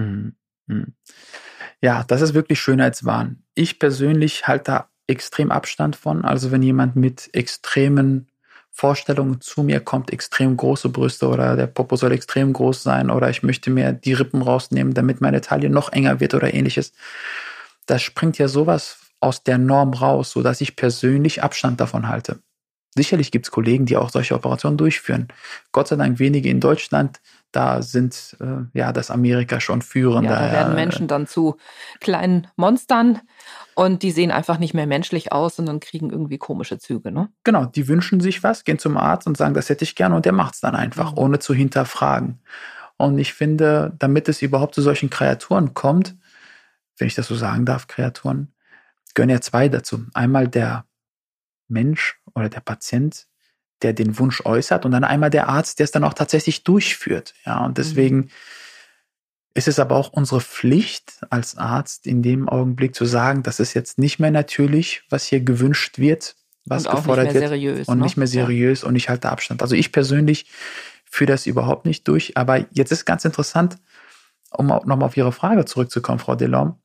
Ja, das ist wirklich Schönheitswahn. Ich persönlich halte da extrem Abstand von. Also wenn jemand mit extremen Vorstellungen zu mir kommt, extrem große Brüste oder der Popo soll extrem groß sein oder ich möchte mir die Rippen rausnehmen, damit meine Taille noch enger wird oder ähnliches. Das springt ja sowas aus der Norm raus, sodass ich persönlich Abstand davon halte. Sicherlich gibt es Kollegen, die auch solche Operationen durchführen. Gott sei Dank wenige in Deutschland. Da sind das Amerika schon führend. Ja, da werden Menschen dann zu kleinen Monstern und die sehen einfach nicht mehr menschlich aus, sondern kriegen irgendwie komische Züge, ne? Genau, die wünschen sich was, gehen zum Arzt und sagen, das hätte ich gerne und der macht es dann einfach, ohne zu hinterfragen. Und ich finde, damit es überhaupt zu solchen Kreaturen kommt, wenn ich das so sagen darf, Kreaturen, gehören ja 2 dazu. Einmal der Mensch oder der Patient, der den Wunsch äußert und dann einmal der Arzt, der es dann auch tatsächlich durchführt. Ja, und deswegen ist es aber auch unsere Pflicht als Arzt in dem Augenblick zu sagen, das ist jetzt nicht mehr natürlich, was hier gewünscht wird, was gefordert wird seriös, und nicht mehr seriös und ich halte Abstand. Also ich persönlich führe das überhaupt nicht durch, aber jetzt ist ganz interessant, um auch nochmal auf Ihre Frage zurückzukommen, Frau Delorme.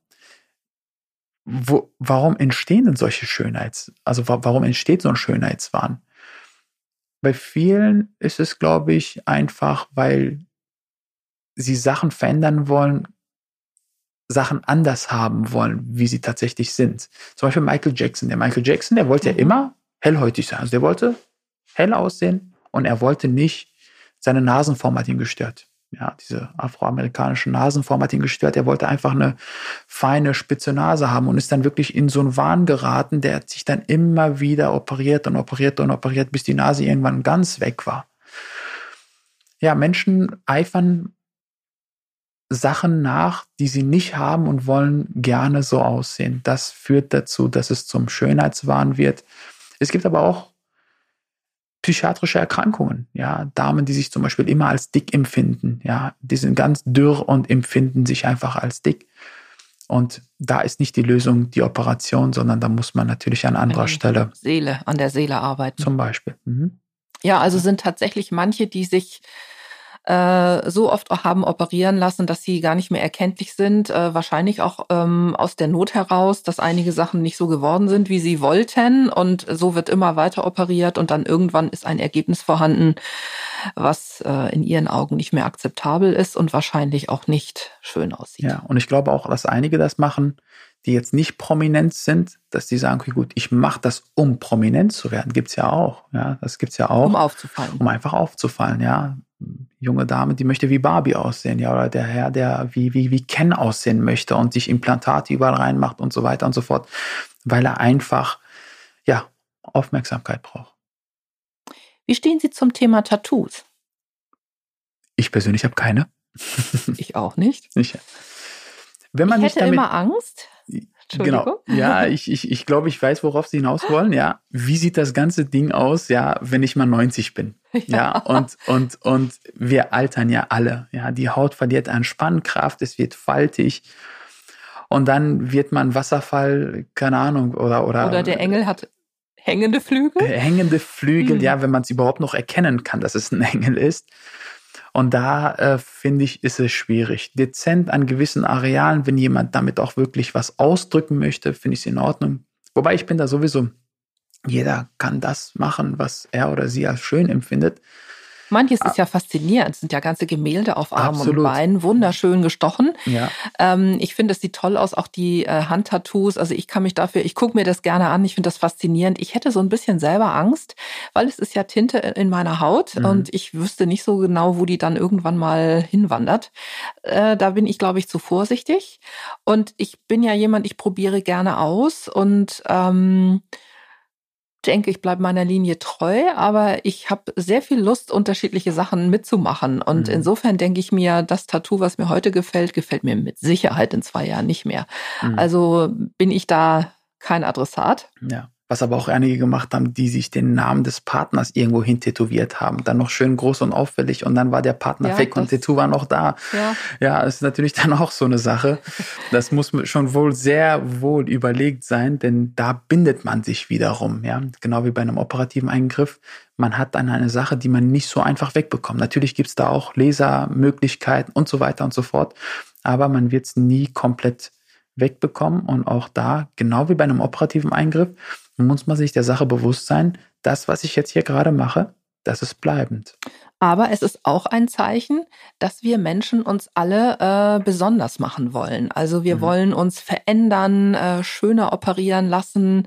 Warum entstehen denn solche warum entsteht so ein Schönheitswahn? Bei vielen ist es, glaube ich, einfach, weil sie Sachen verändern wollen, Sachen anders haben wollen, wie sie tatsächlich sind. Zum Beispiel Michael Jackson. Der Michael Jackson, der wollte ja immer hellhäutig sein. Also der wollte hell aussehen und er wollte nicht, seine Nasenform hat ihn gestört. Ja, diese afroamerikanische Nasenform hat ihn gestört. Er wollte einfach eine feine, spitze Nase haben und ist dann wirklich in so einen Wahn geraten. Der hat sich dann immer wieder operiert, bis die Nase irgendwann ganz weg war. Ja, Menschen eifern Sachen nach, die sie nicht haben und wollen gerne so aussehen. Das führt dazu, dass es zum Schönheitswahn wird. Es gibt aber auch psychiatrische Erkrankungen, ja, Damen, die sich zum Beispiel immer als dick empfinden, ja, die sind ganz dürr und empfinden sich einfach als dick. Und da ist nicht die Lösung die Operation, sondern da muss man natürlich an anderer Stelle an der Seele arbeiten. Zum Beispiel. Ja, also sind tatsächlich manche, die sich so oft auch haben operieren lassen, dass sie gar nicht mehr erkenntlich sind. Wahrscheinlich auch aus der Not heraus, dass einige Sachen nicht so geworden sind, wie sie wollten. Und so wird immer weiter operiert und dann irgendwann ist ein Ergebnis vorhanden, was in ihren Augen nicht mehr akzeptabel ist und wahrscheinlich auch nicht schön aussieht. Ja, und ich glaube auch, dass einige das machen, die jetzt nicht prominent sind, dass die sagen, okay, gut, ich mache das, um prominent zu werden. Gibt's ja auch. Ja, das gibt's ja auch. Um aufzufallen. Um einfach aufzufallen, ja. Junge Dame, die möchte wie Barbie aussehen, ja, oder der Herr, der wie Ken aussehen möchte und sich Implantate überall reinmacht und so weiter und so fort, weil er einfach, ja, Aufmerksamkeit braucht. Wie stehen Sie zum Thema Tattoos? Ich persönlich habe keine. Ich auch nicht. Wenn man ich hätte immer Angst. Genau. Ja, ich glaube, ich weiß, worauf Sie hinaus wollen. Ja, wie sieht das ganze Ding aus? Ja, wenn ich mal 90 bin. Ja, und wir altern ja alle. Ja, die Haut verliert an Spannkraft, es wird faltig. Und dann wird man Wasserfall, keine Ahnung, oder der Engel hat hängende Flügel. Hängende Flügel, ja, wenn man es überhaupt noch erkennen kann, dass es ein Engel ist. Und da, finde ich, ist es schwierig. Dezent an gewissen Arealen, wenn jemand damit auch wirklich was ausdrücken möchte, finde ich es in Ordnung. Wobei ich bin da sowieso, jeder kann das machen, was er oder sie als schön empfindet. Manches ist ja faszinierend. Es sind ja ganze Gemälde auf Armen und Beinen, wunderschön gestochen. Ja. Ich finde, es sieht toll aus, auch die Handtattoos. Also ich gucke mir das gerne an. Ich finde das faszinierend. Ich hätte so ein bisschen selber Angst, weil es ist ja Tinte in meiner Haut und ich wüsste nicht so genau, wo die dann irgendwann mal hinwandert. Da bin ich, glaube ich, zu vorsichtig. Und ich bin ja jemand, ich probiere gerne aus und denke, ich bleibe meiner Linie treu, aber ich habe sehr viel Lust, unterschiedliche Sachen mitzumachen. Und insofern denke ich mir, das Tattoo, was mir heute gefällt mir mit Sicherheit in 2 Jahren nicht mehr. Also bin ich da kein Adressat. Ja. Was aber auch einige gemacht haben, die sich den Namen des Partners irgendwo hin tätowiert haben. Dann noch schön groß und auffällig und dann war der Partner weg und Tattoo war noch da. Ja, ist natürlich dann auch so eine Sache. Das muss schon wohl sehr wohl überlegt sein, denn da bindet man sich wiederum. Ja, genau wie bei einem operativen Eingriff. Man hat dann eine Sache, die man nicht so einfach wegbekommt. Natürlich gibt's da auch Lasermöglichkeiten und so weiter und so fort. Aber man wird's nie komplett wegbekommen. Und auch da, genau wie bei einem operativen Eingriff, muss man sich der Sache bewusst sein, das, was ich jetzt hier gerade mache, das ist bleibend. Aber es ist auch ein Zeichen, dass wir Menschen uns alle besonders machen wollen. Also wir wollen uns verändern, schöner operieren lassen,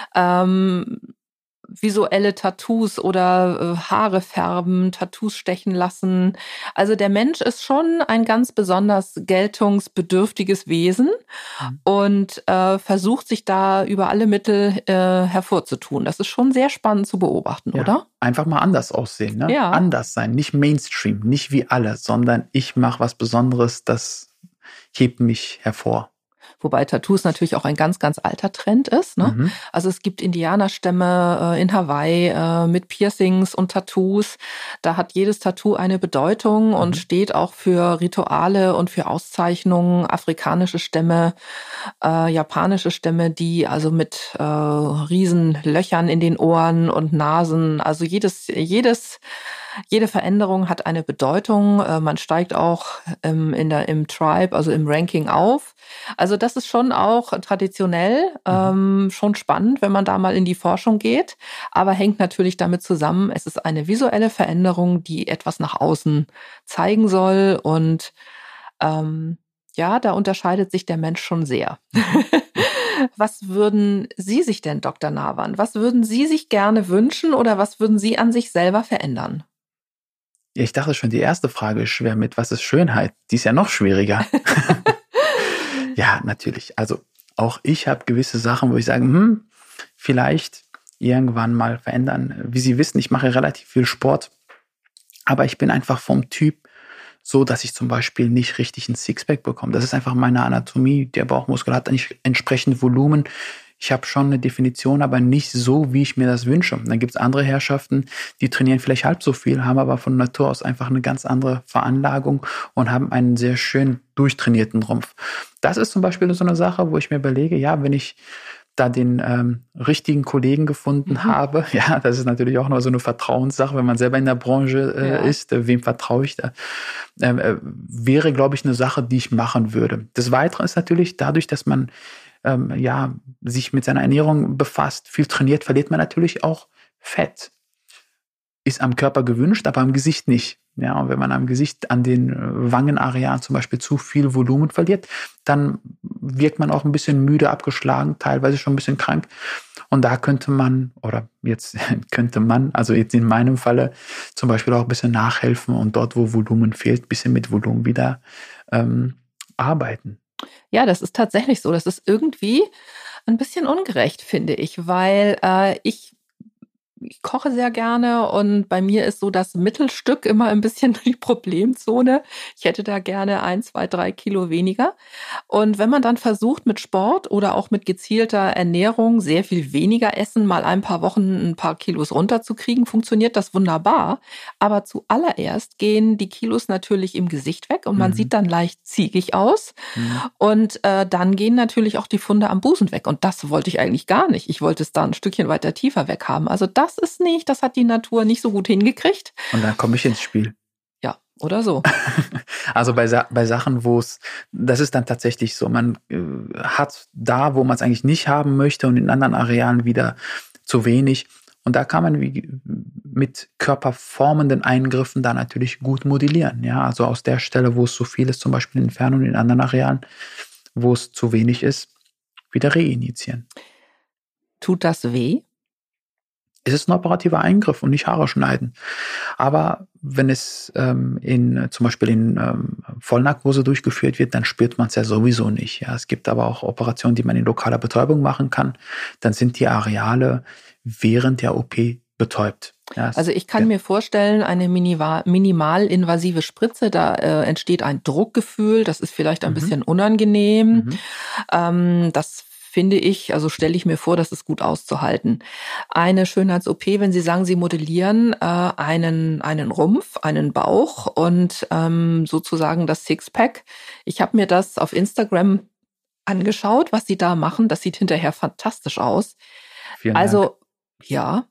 visuelle Tattoos oder Haare färben, Tattoos stechen lassen. Also der Mensch ist schon ein ganz besonders geltungsbedürftiges Wesen und versucht sich da über alle Mittel hervorzutun. Das ist schon sehr spannend zu beobachten, oder? Einfach mal anders aussehen, ne? Ja. Anders sein, nicht Mainstream, nicht wie alle, sondern ich mache was Besonderes, das hebt mich hervor. Wobei Tattoos natürlich auch ein ganz, ganz alter Trend ist. Ne? Also es gibt Indianerstämme in Hawaii mit Piercings und Tattoos. Da hat jedes Tattoo eine Bedeutung und steht auch für Rituale und für Auszeichnungen. Afrikanische Stämme, japanische Stämme, die also mit riesen Löchern in den Ohren und Nasen, also jede Veränderung hat eine Bedeutung. Man steigt auch im Tribe, also im Ranking auf. Also das ist schon auch traditionell schon spannend, wenn man da mal in die Forschung geht. Aber hängt natürlich damit zusammen, es ist eine visuelle Veränderung, die etwas nach außen zeigen soll. Und da unterscheidet sich der Mensch schon sehr. Was würden Sie sich denn, Dr. Nawan, was würden Sie sich gerne wünschen oder was würden Sie an sich selber verändern? Ja, ich dachte schon, die erste Frage ist schwer mit, was ist Schönheit? Die ist ja noch schwieriger. Ja, natürlich. Also auch ich habe gewisse Sachen, wo ich sage, vielleicht irgendwann mal verändern. Wie Sie wissen, ich mache relativ viel Sport, aber ich bin einfach vom Typ so, dass ich zum Beispiel nicht richtig ein Sixpack bekomme. Das ist einfach meine Anatomie. Der Bauchmuskel hat nicht entsprechend Volumen. Ich habe schon eine Definition, aber nicht so, wie ich mir das wünsche. Dann gibt es andere Herrschaften, die trainieren vielleicht halb so viel, haben aber von Natur aus einfach eine ganz andere Veranlagung und haben einen sehr schön durchtrainierten Rumpf. Das ist zum Beispiel so eine Sache, wo ich mir überlege, ja, wenn ich da den richtigen Kollegen gefunden habe. Ja, das ist natürlich auch nur so eine Vertrauenssache, wenn man selber in der Branche ist. Wem vertraue ich da? Wäre, glaube ich, eine Sache, die ich machen würde. Das Weitere ist natürlich dadurch, dass man sich mit seiner Ernährung befasst, viel trainiert, verliert man natürlich auch Fett. Ist am Körper gewünscht, aber am Gesicht nicht. Ja, und wenn man am Gesicht an den Wangenarealen zum Beispiel zu viel Volumen verliert, dann wirkt man auch ein bisschen müde, abgeschlagen, teilweise schon ein bisschen krank. Und da könnte man, also jetzt in meinem Falle zum Beispiel auch ein bisschen nachhelfen und dort, wo Volumen fehlt, ein bisschen mit Volumen wieder arbeiten. Ja, das ist tatsächlich so. Das ist irgendwie ein bisschen ungerecht, finde ich, weil ich koche sehr gerne und bei mir ist so das Mittelstück immer ein bisschen die Problemzone. Ich hätte da gerne 1, 2, 3 Kilo weniger. Und wenn man dann versucht, mit Sport oder auch mit gezielter Ernährung sehr viel weniger essen, mal ein paar Wochen ein paar Kilos runterzukriegen, funktioniert das wunderbar. Aber zuallererst gehen die Kilos natürlich im Gesicht weg und man sieht dann leicht ziegig aus. Und dann gehen natürlich auch die Funde am Busen weg. Und das wollte ich eigentlich gar nicht. Ich wollte es da ein Stückchen weiter tiefer weg haben. Also das hat die Natur nicht so gut hingekriegt. Und dann komme ich ins Spiel. Ja, oder so. Also bei Sachen, das ist dann tatsächlich so, man hat da, wo man es eigentlich nicht haben möchte und in anderen Arealen wieder zu wenig. Und da kann man mit körperformenden Eingriffen da natürlich gut modellieren. Ja, also aus der Stelle, wo es zu viel ist, zum Beispiel in Entfernung und in anderen Arealen, wo es zu wenig ist, wieder reinjizieren. Tut das weh? Es ist ein operativer Eingriff und nicht Haare schneiden. Aber wenn es zum Beispiel in Vollnarkose durchgeführt wird, dann spürt man es ja sowieso nicht. Ja, es gibt aber auch Operationen, die man in lokaler Betäubung machen kann. Dann sind die Areale während der OP betäubt. Ja, also ich kann mir vorstellen, eine minimalinvasive Spritze, da entsteht ein Druckgefühl, das ist vielleicht ein bisschen unangenehm. Das finde ich, also stelle ich mir vor, das ist gut auszuhalten. Eine Schönheits-OP, wenn Sie sagen, Sie modellieren einen Rumpf, einen Bauch und sozusagen das Sixpack. Ich habe mir das auf Instagram angeschaut, was Sie da machen. Das sieht hinterher fantastisch aus. Vielen Dank. Also ja,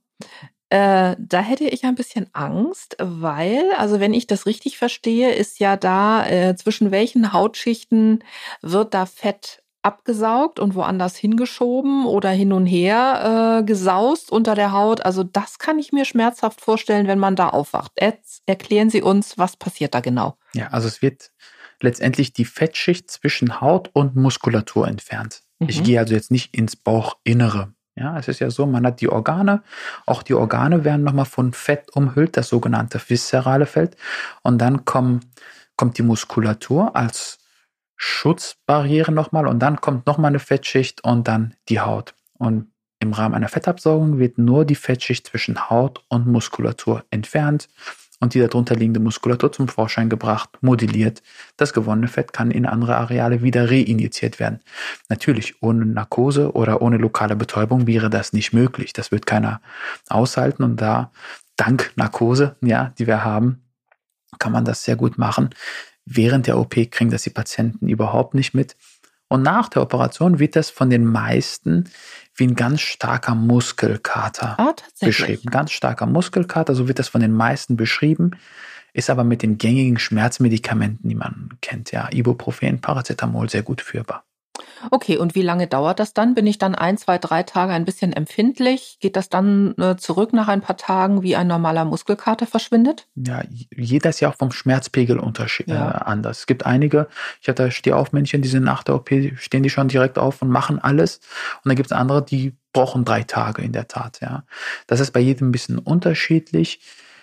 da hätte ich ein bisschen Angst, weil, also wenn ich das richtig verstehe, ist ja da zwischen welchen Hautschichten wird da Fett abgesaugt und woanders hingeschoben oder hin und her gesaust unter der Haut. Also das kann ich mir schmerzhaft vorstellen, wenn man da aufwacht. Jetzt erklären Sie uns, was passiert da genau? Ja, also es wird letztendlich die Fettschicht zwischen Haut und Muskulatur entfernt. Ich gehe also jetzt nicht ins Bauchinnere. Ja, es ist ja so, man hat die Organe, auch die Organe werden nochmal von Fett umhüllt, das sogenannte viszerale Feld. Und dann kommt die Muskulatur als Schutzbarriere nochmal und dann kommt nochmal eine Fettschicht und dann die Haut. Und im Rahmen einer Fettabsaugung wird nur die Fettschicht zwischen Haut und Muskulatur entfernt und die darunter liegende Muskulatur zum Vorschein gebracht, modelliert. Das gewonnene Fett kann in andere Areale wieder reinjiziert werden. Natürlich, ohne Narkose oder ohne lokale Betäubung wäre das nicht möglich. Das wird keiner aushalten und da, dank Narkose, ja, die wir haben, kann man das sehr gut machen. Während der OP kriegen das die Patienten überhaupt nicht mit. Und nach der Operation wird das von den meisten wie ein ganz starker Muskelkater beschrieben. Ganz starker Muskelkater, so wird das von den meisten beschrieben, ist aber mit den gängigen Schmerzmedikamenten, die man kennt, ja, Ibuprofen, Paracetamol, sehr gut führbar. Okay, und wie lange dauert das dann? Bin ich dann 1, 2, 3 Tage ein bisschen empfindlich? Geht das dann zurück nach ein paar Tagen, wie ein normaler Muskelkater verschwindet? Ja, jeder ist ja auch vom Schmerzpegel anders. Es gibt einige, ich hatte Stehaufmännchen, die sind nach der OP, stehen die schon direkt auf und machen alles. Und dann gibt es andere, die brauchen 3 Tage in der Tat. Ja, das ist bei jedem ein bisschen unterschiedlich.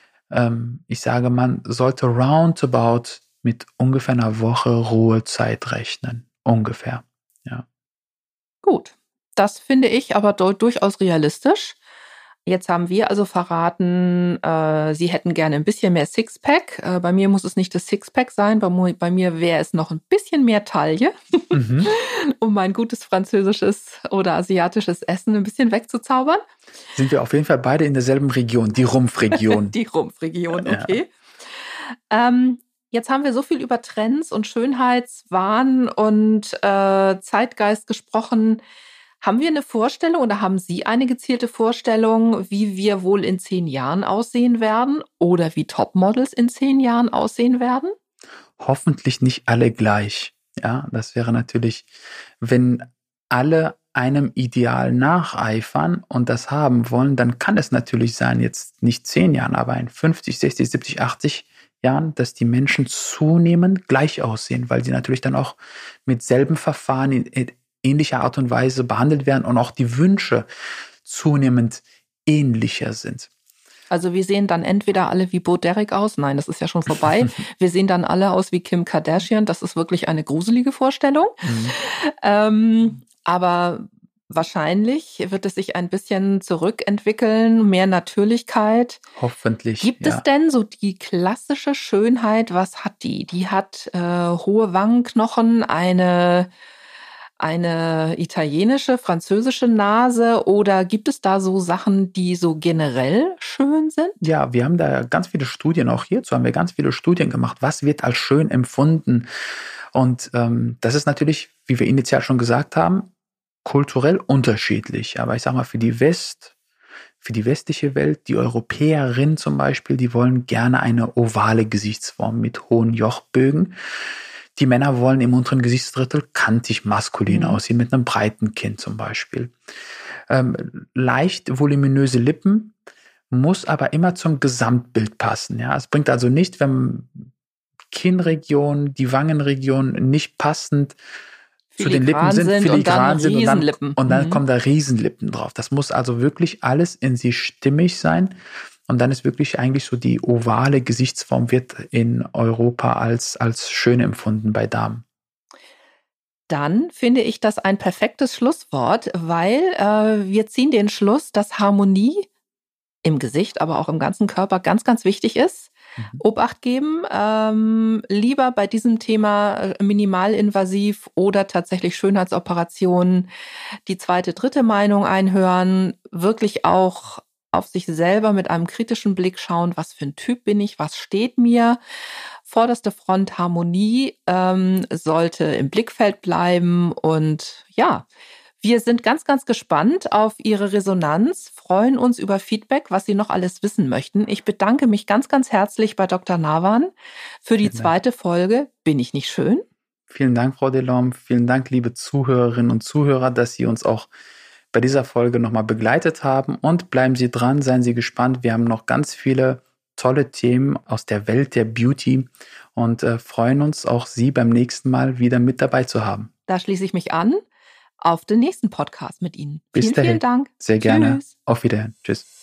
Ich sage, man sollte roundabout mit ungefähr einer Woche Ruhezeit rechnen. Ungefähr. Ja. Gut, das finde ich aber durchaus realistisch. Jetzt haben wir also verraten, Sie hätten gerne ein bisschen mehr Sixpack. Bei mir muss es nicht das Sixpack sein, bei mir wäre es noch ein bisschen mehr Taille, um mein gutes französisches oder asiatisches Essen ein bisschen wegzuzaubern. Sind wir auf jeden Fall beide in derselben Region, die Rumpfregion. Die Rumpfregion, okay. Ja. Jetzt haben wir so viel über Trends und Schönheitswahn und Zeitgeist gesprochen. Haben wir eine Vorstellung oder haben Sie eine gezielte Vorstellung, wie wir wohl in 10 Jahren aussehen werden oder wie Topmodels in 10 Jahren aussehen werden? Hoffentlich nicht alle gleich. Ja, das wäre natürlich, wenn alle einem Ideal nacheifern und das haben wollen, dann kann es natürlich sein, jetzt nicht 10 Jahren, aber in 50, 60, 70, 80 Jahren, dass die Menschen zunehmend gleich aussehen, weil sie natürlich dann auch mit selben Verfahren in ähnlicher Art und Weise behandelt werden und auch die Wünsche zunehmend ähnlicher sind. Also wir sehen dann entweder alle wie Bo Derek aus. Nein, das ist ja schon vorbei. Wir sehen dann alle aus wie Kim Kardashian. Das ist wirklich eine gruselige Vorstellung. Aber wahrscheinlich wird es sich ein bisschen zurückentwickeln, mehr Natürlichkeit. Hoffentlich. Gibt es denn so die klassische Schönheit? Was hat die? Die hat hohe Wangenknochen, eine italienische, französische Nase, oder gibt es da so Sachen, die so generell schön sind? Ja, wir haben da ganz viele Studien, auch hierzu haben wir ganz viele Studien gemacht. Was wird als schön empfunden? Und das ist natürlich, wie wir initial schon gesagt haben, kulturell unterschiedlich. Aber ich sag mal, für die westliche Welt, die Europäerin zum Beispiel, die wollen gerne eine ovale Gesichtsform mit hohen Jochbögen. Die Männer wollen im unteren Gesichtsdrittel kantig maskulin aussehen, mit einem breiten Kinn zum Beispiel. Leicht voluminöse Lippen, muss aber immer zum Gesamtbild passen. Ja, es bringt also nicht, wenn Kinnregion, die Wangenregion nicht passend zu den Lippen sind, filigran sind und dann kommen da Riesenlippen drauf. Das muss also wirklich alles in sich stimmig sein. Und dann ist wirklich eigentlich so die ovale Gesichtsform wird in Europa als schön empfunden bei Damen. Dann finde ich das ein perfektes Schlusswort, weil wir ziehen den Schluss, dass Harmonie im Gesicht, aber auch im ganzen Körper ganz, ganz wichtig ist. Obacht geben, lieber bei diesem Thema minimalinvasiv oder tatsächlich Schönheitsoperationen die zweite, dritte Meinung einhören, wirklich auch auf sich selber mit einem kritischen Blick schauen, was für ein Typ bin ich, was steht mir. Vorderste Front Harmonie sollte im Blickfeld bleiben. Und ja, wir sind ganz, ganz gespannt auf Ihre Resonanz, freuen uns über Feedback, was Sie noch alles wissen möchten. Ich bedanke mich ganz, ganz herzlich bei Dr. Nawan für die zweite Folge Bin ich nicht schön? Vielen Dank, Frau Delorme. Vielen Dank, liebe Zuhörerinnen und Zuhörer, dass Sie uns auch bei dieser Folge nochmal begleitet haben. Und bleiben Sie dran, seien Sie gespannt. Wir haben noch ganz viele tolle Themen aus der Welt der Beauty und freuen uns, auch Sie beim nächsten Mal wieder mit dabei zu haben. Da schließe ich mich an. Auf den nächsten Podcast mit Ihnen. Bis dahin. Vielen Dank. Sehr gerne. Auf Wiedersehen. Tschüss.